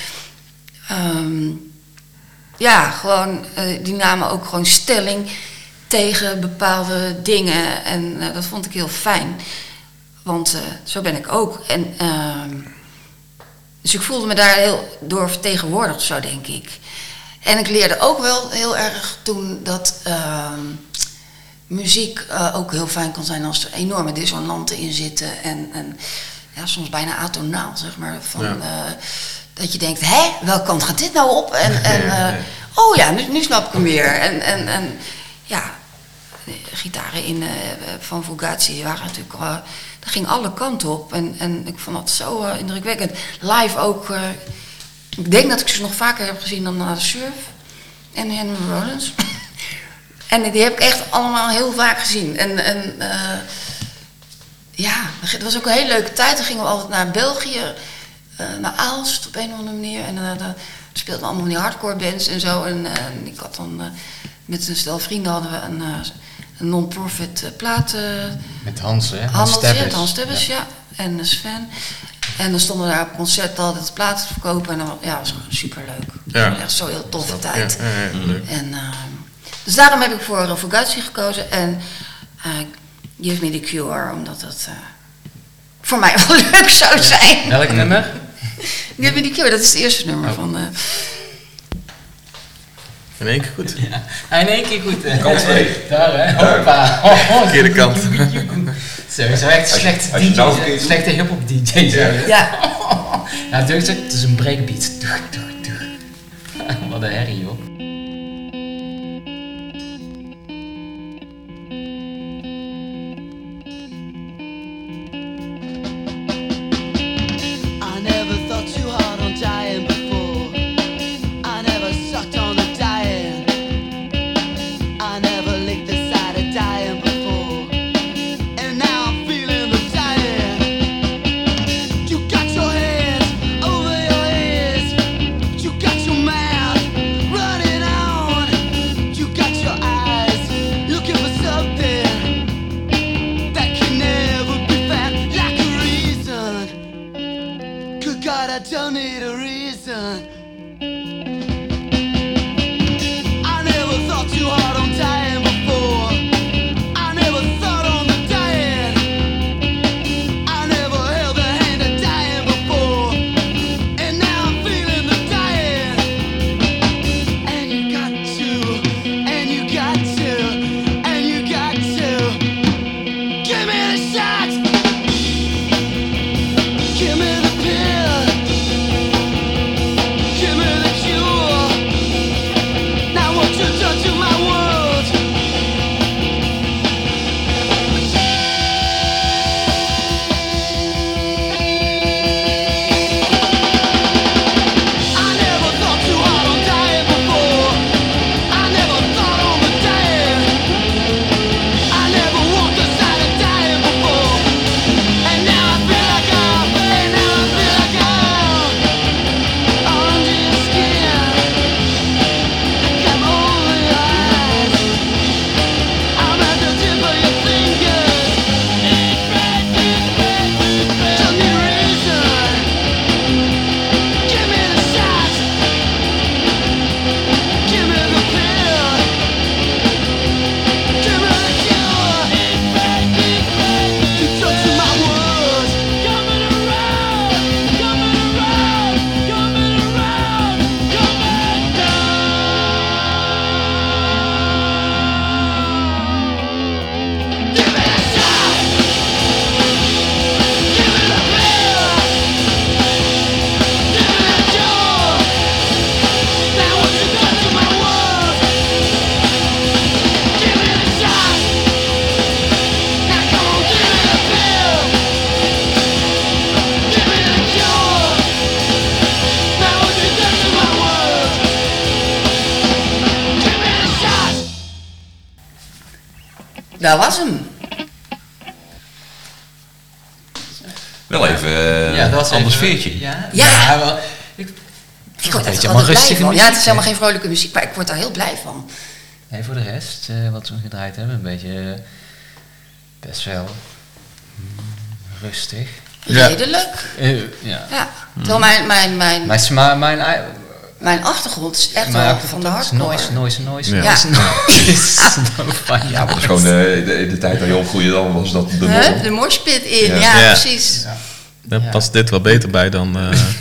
ja, gewoon, die namen ook gewoon stelling tegen bepaalde dingen en dat vond ik heel fijn. Want zo ben ik ook. En, dus ik voelde me daar heel door vertegenwoordigd, zo denk ik. En ik leerde ook wel heel erg toen dat muziek ook heel fijn kan zijn als er enorme dissonanten in zitten. En ja, soms bijna atonaal, zeg maar. Dat je denkt, hè, welke kant gaat dit nou op? Oh ja, nu snap ik hem weer. En ja, de gitaren van Fugazi waren natuurlijk... dat ging alle kanten op. En ik vond dat zo indrukwekkend. Live ook... ik denk dat ik ze nog vaker heb gezien dan naar de Surf. En Henry Rollins. En die heb ik echt allemaal heel vaak gezien. Ja, het was ook een hele leuke tijd. Dan gingen we altijd naar België, naar Aalst op een of andere manier. En daar speelden allemaal van die hardcore bands en zo. En ik had dan met een stel vrienden hadden we een non-profit plaat. Met Hans, hè? Hans Stebbes, ja. En Sven. En dan stonden we daar op concert altijd platen te verkopen. En dan, ja, dat was gewoon superleuk. Ja. Echt zo'n heel toffe tijd. Ja, leuk. En, dus daarom heb ik voor Fugazi gekozen. En Give Me The Cure, omdat dat voor mij wel leuk zou zijn. Welk nummer? Give Me The Cure, dat is het eerste nummer van... In één keer goed. Ja, in één keer goed. Kant 2. Daar, hè? Hoppa. Verkeerde kant. Zo echt slechte hip-hop DJ's. Ja. Ja, het is een breakbeat. Wat een herrie, joh. I never thought too hard on dying before. I never sucked on the dying. I never licked the side of dying before. And now I'm feeling the dying. You got your hands over your ears. You got your mouth running on. You got your eyes looking for something that can never be found, like a reason. Good God, I don't need a reason. I never thought too hard on dying before. I never thought on the dying. I never held the hand of dying before. And now I'm feeling the dying. And you got to, and you got to, and you got to give me the shot. Give me the pill. Give me the cure. Now what you done to my world? I never thought too hard on dying before. I never thought on the dying. I never walked the side of dying before. And now I feel like and now I feel like under your skin. Come over your eyes. I'm at the tip of your fingers. Don't need a reason. Give me the shot. Give me the pill. Give me the cure. You took to my words. Coming around, coming around, coming around, coming down. Give me the shot. Give me the pill. Give me the cure. Now what you done to my world? Give me the shot. Now come on, give me the pill. Give me the cure. Now what you done to my world? Give me the shot. Dat was hem. Wel even Ja, dat was ander even- sfeertje. Ja, Ja. wel. Ik word Weet daar je, altijd maar blij rustige van. Ja, muziek, het is helemaal hè? geen vrolijke muziek, maar ik word daar heel blij van. Nee, voor de rest, wat we gedraaid hebben, een beetje best wel rustig. Ja. Redelijk. Ja. Ja. Terwijl mijn achtergrond is echt wel van de hardcore. Noise. Ja. Ja. Ja, maar dat is gewoon de tijd dat je opgroeide, dan was dat de Huh? norm. De morspit in, Ja. ja, Ja. precies. Daar past dit wel beter bij dan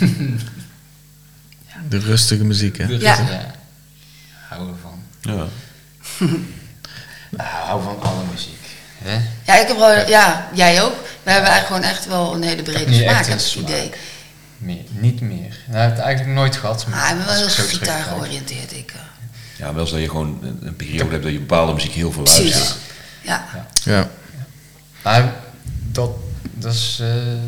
de rustige muziek. Hè? Ja. Houden we van. Ja. Nou, hou van alle muziek. Hè? Ja, ik heb wel, ja, jij ook. We hebben eigenlijk gewoon echt wel een hele brede Nu smaak, echt heb een ik het idee. Niet meer. Dat heb ik eigenlijk nooit gehad. Maar ik ben wel als heel ik zo gitaar terugkijk. georiënteerd. Ja, wel eens dat je gewoon een periode hebt dat je bepaalde muziek heel veel Precies. luistert. Ja. Ja. Maar dat is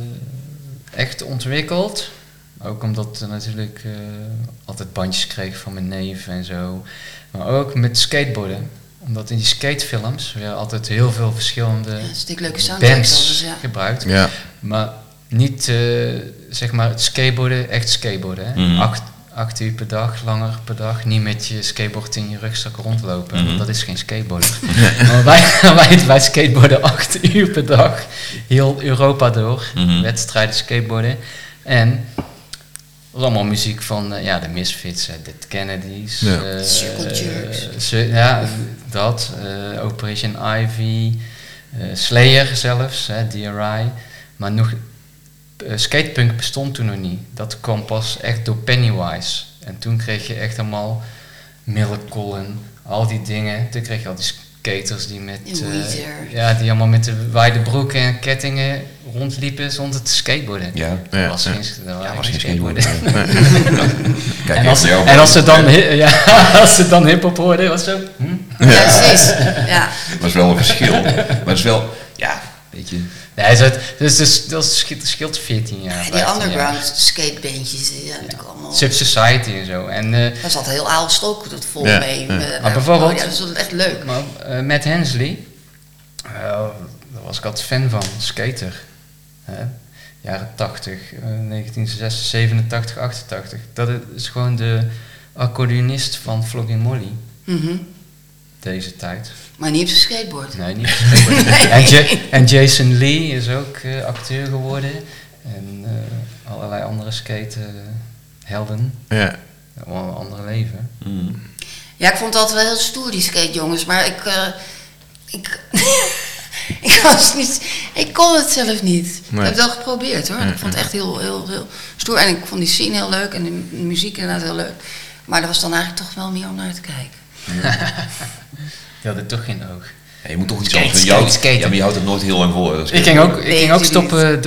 echt ontwikkeld. Ook omdat ik natuurlijk altijd bandjes kreeg van mijn neef en zo. Maar ook met skateboarden. Omdat in die skatefilms weer altijd heel veel verschillende een stuk leuke soundtracks bands alles, ja. gebruikt. Ja. Maar niet zeg maar het skateboarden, echt skateboarden. Hè? Mhm. 8 uur per dag, langer per dag. Niet met je skateboard in je rugzak rondlopen. Mhm. Want dat is geen skateboarden. Maar wij skateboarden 8 uur per dag. Heel Europa door. Mhm. Wedstrijden skateboarden. En dat was allemaal muziek van de Misfits, Dead Kennedys. Ja. Circle Jerks. Ja, dat. Operation Ivy. Slayer zelfs, DRI. Maar nog... skatepunk bestond toen nog niet. Dat kwam pas echt door Pennywise. En toen kreeg je echt allemaal Millencolin, al die dingen. Toen kreeg je al die skaters die met... die allemaal met de wijde broeken en kettingen rondliepen zonder te skateboarden. Ja. Dat Ja. was geen skateboarden. En als ze dan als ze dan hip-hop hoorden, was zo... Ja, precies. Ja. Dat is wel een verschil. Maar het is wel, ja, weet je... Nee, dat scheelt 14 jaar. Die 15 underground jaar. skatebandjes, die zijn natuurlijk allemaal... Sub Society en zo. En, daar zat heel Aalstok tot vol Ja, mee. ja. Maar bijvoorbeeld... ja, dat is echt leuk. Maar Matt Hensley, daar was ik altijd fan van, skater. Jaren 80, 1987, 88. Dat is gewoon de accordeonist van Flogging Molly. Mhm. Deze tijd. Maar niet op zijn skateboard. Nee, niet op zijn skateboard. En Jason Lee is ook acteur geworden. En allerlei andere skatehelden. Ja. Allemaal een ander leven. Mm. Ja, ik vond dat wel heel stoer, die skatejongens. Maar ik was niet... Ik kon het zelf niet. Nee. Ik heb het wel geprobeerd, hoor. Ik vond het echt heel, heel, heel stoer. En ik vond die scene heel leuk en de muziek inderdaad heel leuk. Maar er was dan eigenlijk toch wel meer om naar te kijken. Die hadden toch geen oog. Ja, je moet toch iets Skate, anders. skate, skaten. Ja, maar je houdt het nooit heel lang vol. Dat is Ik ging ook Nee, stoppen.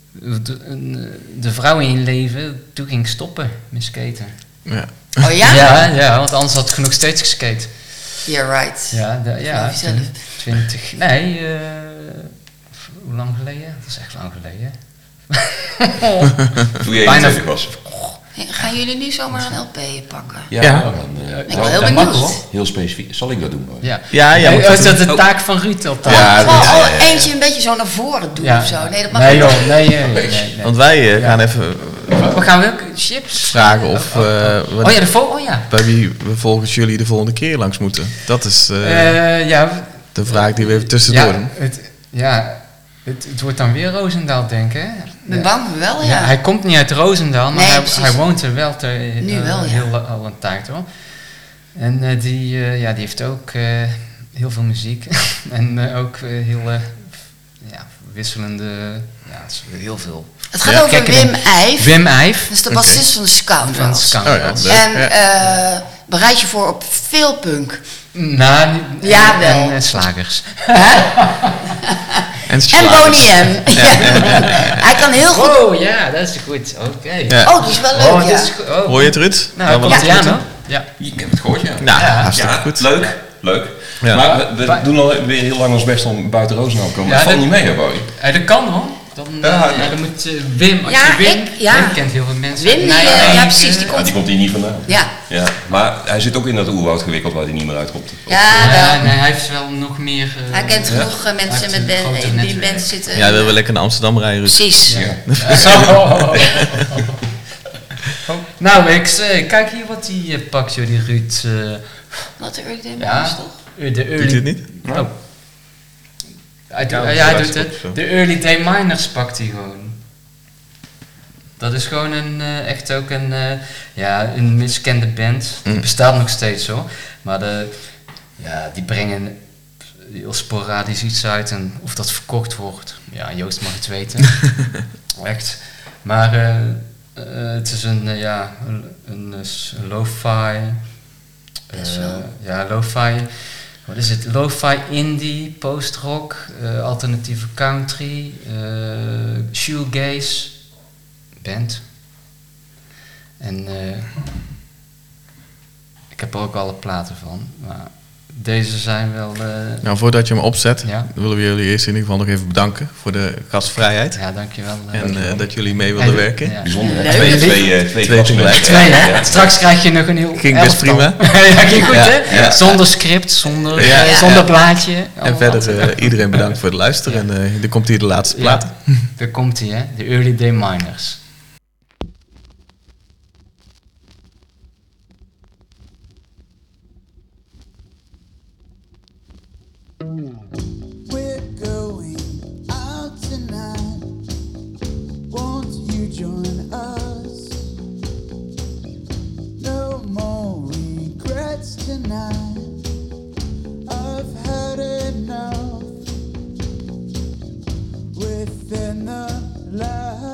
De vrouw in je leven, toen ging ik stoppen met skaten. Ja. Oh ja? Ja, want anders had ik nog steeds geskate. Yeah, right. Ja, Geloof je zelf? 20. Nee, hoe lang geleden? Dat is echt lang geleden. Toen je Bijna 21 was. Gaan jullie nu zomaar een LP pakken? Ja, Ja. dan, Ik ben heel dat mag, benieuwd. hoor. heel specifiek. Zal ik dat doen? Hoor? Ja, Ja, ja, moet is dat dat de taak van Ruud altijd? Ja, Gewoon eentje een beetje zo naar voren doen of zo. Nee, dat mag nee, niet. joh, nee. Want wij gaan even We gaan ook chips vragen of Oh ja, bij wie we volgens jullie de volgende keer langs moeten. Dat is de vraag die we even tussendoor doen. Het wordt dan weer Roosendaal, denk ik. Hè? Ben bang wel, ja. Hij komt niet uit Roosendaal, maar Nee, precies. hij woont er wel Nu wel, ja. al een tijd hoor. En die heeft ook heel veel muziek. En ook heel wisselende, het is heel veel. Het gaat over Wim Ijf. Wim Ijf. Dat is de bassist van de Scoundrels. Oh ja, leuk. En bereid je voor op veel punk. Nou, Ja, wel. en slagers. En En Boney M. Hij kan heel goed... Oh ja, dat is goed. Oké. Ja. Oh, die is wel leuk, ja. Hoor je het, Ruud? Nou, Ja, wat komt is hij het? aan hoor. Ja. Ik heb het gehoord, ja. Nou, hartstikke goed. Leuk. Ja. Maar we doen al weer heel lang ons best om buiten Roosendaal te komen. Ja, dat valt dat- niet mee, hè, Boy? Dat kan hoor. Dan moet Wim, als Ja, je Wim, ja. Wim kent heel veel mensen. Wim, die, ja, precies, die Ja, komt... die komt hier niet vandaan. Ja. Ja, maar hij zit ook in dat oerwoud gewikkeld waar hij niet meer uitkomt. Ja, wel. Nee, hij heeft wel nog meer... Hij kent genoeg hij mensen heeft met een groter die in netwerk. band zitten. Ja, wil wel lekker naar Amsterdam rijden, Ruud. Precies. Nou, kijk hier wat hij pakt, joh, die Ruud. Wat de Early Day Ja, Miners, toch? de Doet early... hij het niet? Oh. Hij doet dat het. is goed zo. De Early Day Miners pakt hij gewoon. Dat is gewoon echt ook een miskende band. Die bestaat nog steeds hoor. Maar die brengen heel sporadisch iets uit. En of dat verkocht wordt, ja, Joost mag het weten. Echt. Maar het is een lo-fi... lo-fi wat is het? Lo-fi indie, post-rock, alternatieve country, shoegaze, band. En ik heb er ook alle platen van, maar deze zijn wel... Nou, voordat je hem opzet, Ja. willen we jullie eerst in ieder geval nog even bedanken voor de gastvrijheid. Ja, dankjewel. En dat jullie mee wilden werken. Ja. Bijzonder, hè? Leuk. Twee Twee tegelijk. Twee, hè? Ja. Straks krijg je nog een heel Ging best elftal. prima. Ja, ging goed, Ja, hè? ja. Zonder script, zonder, Ja. zonder blaadje. En allemaal verder wat. iedereen bedankt voor het luisteren. En er komt hier de laatste plaat. Ja, daar komt hij, hè? De Early Day Miners. We're going out tonight. Won't you join us? No more regrets tonight. I've had enough. Within the light.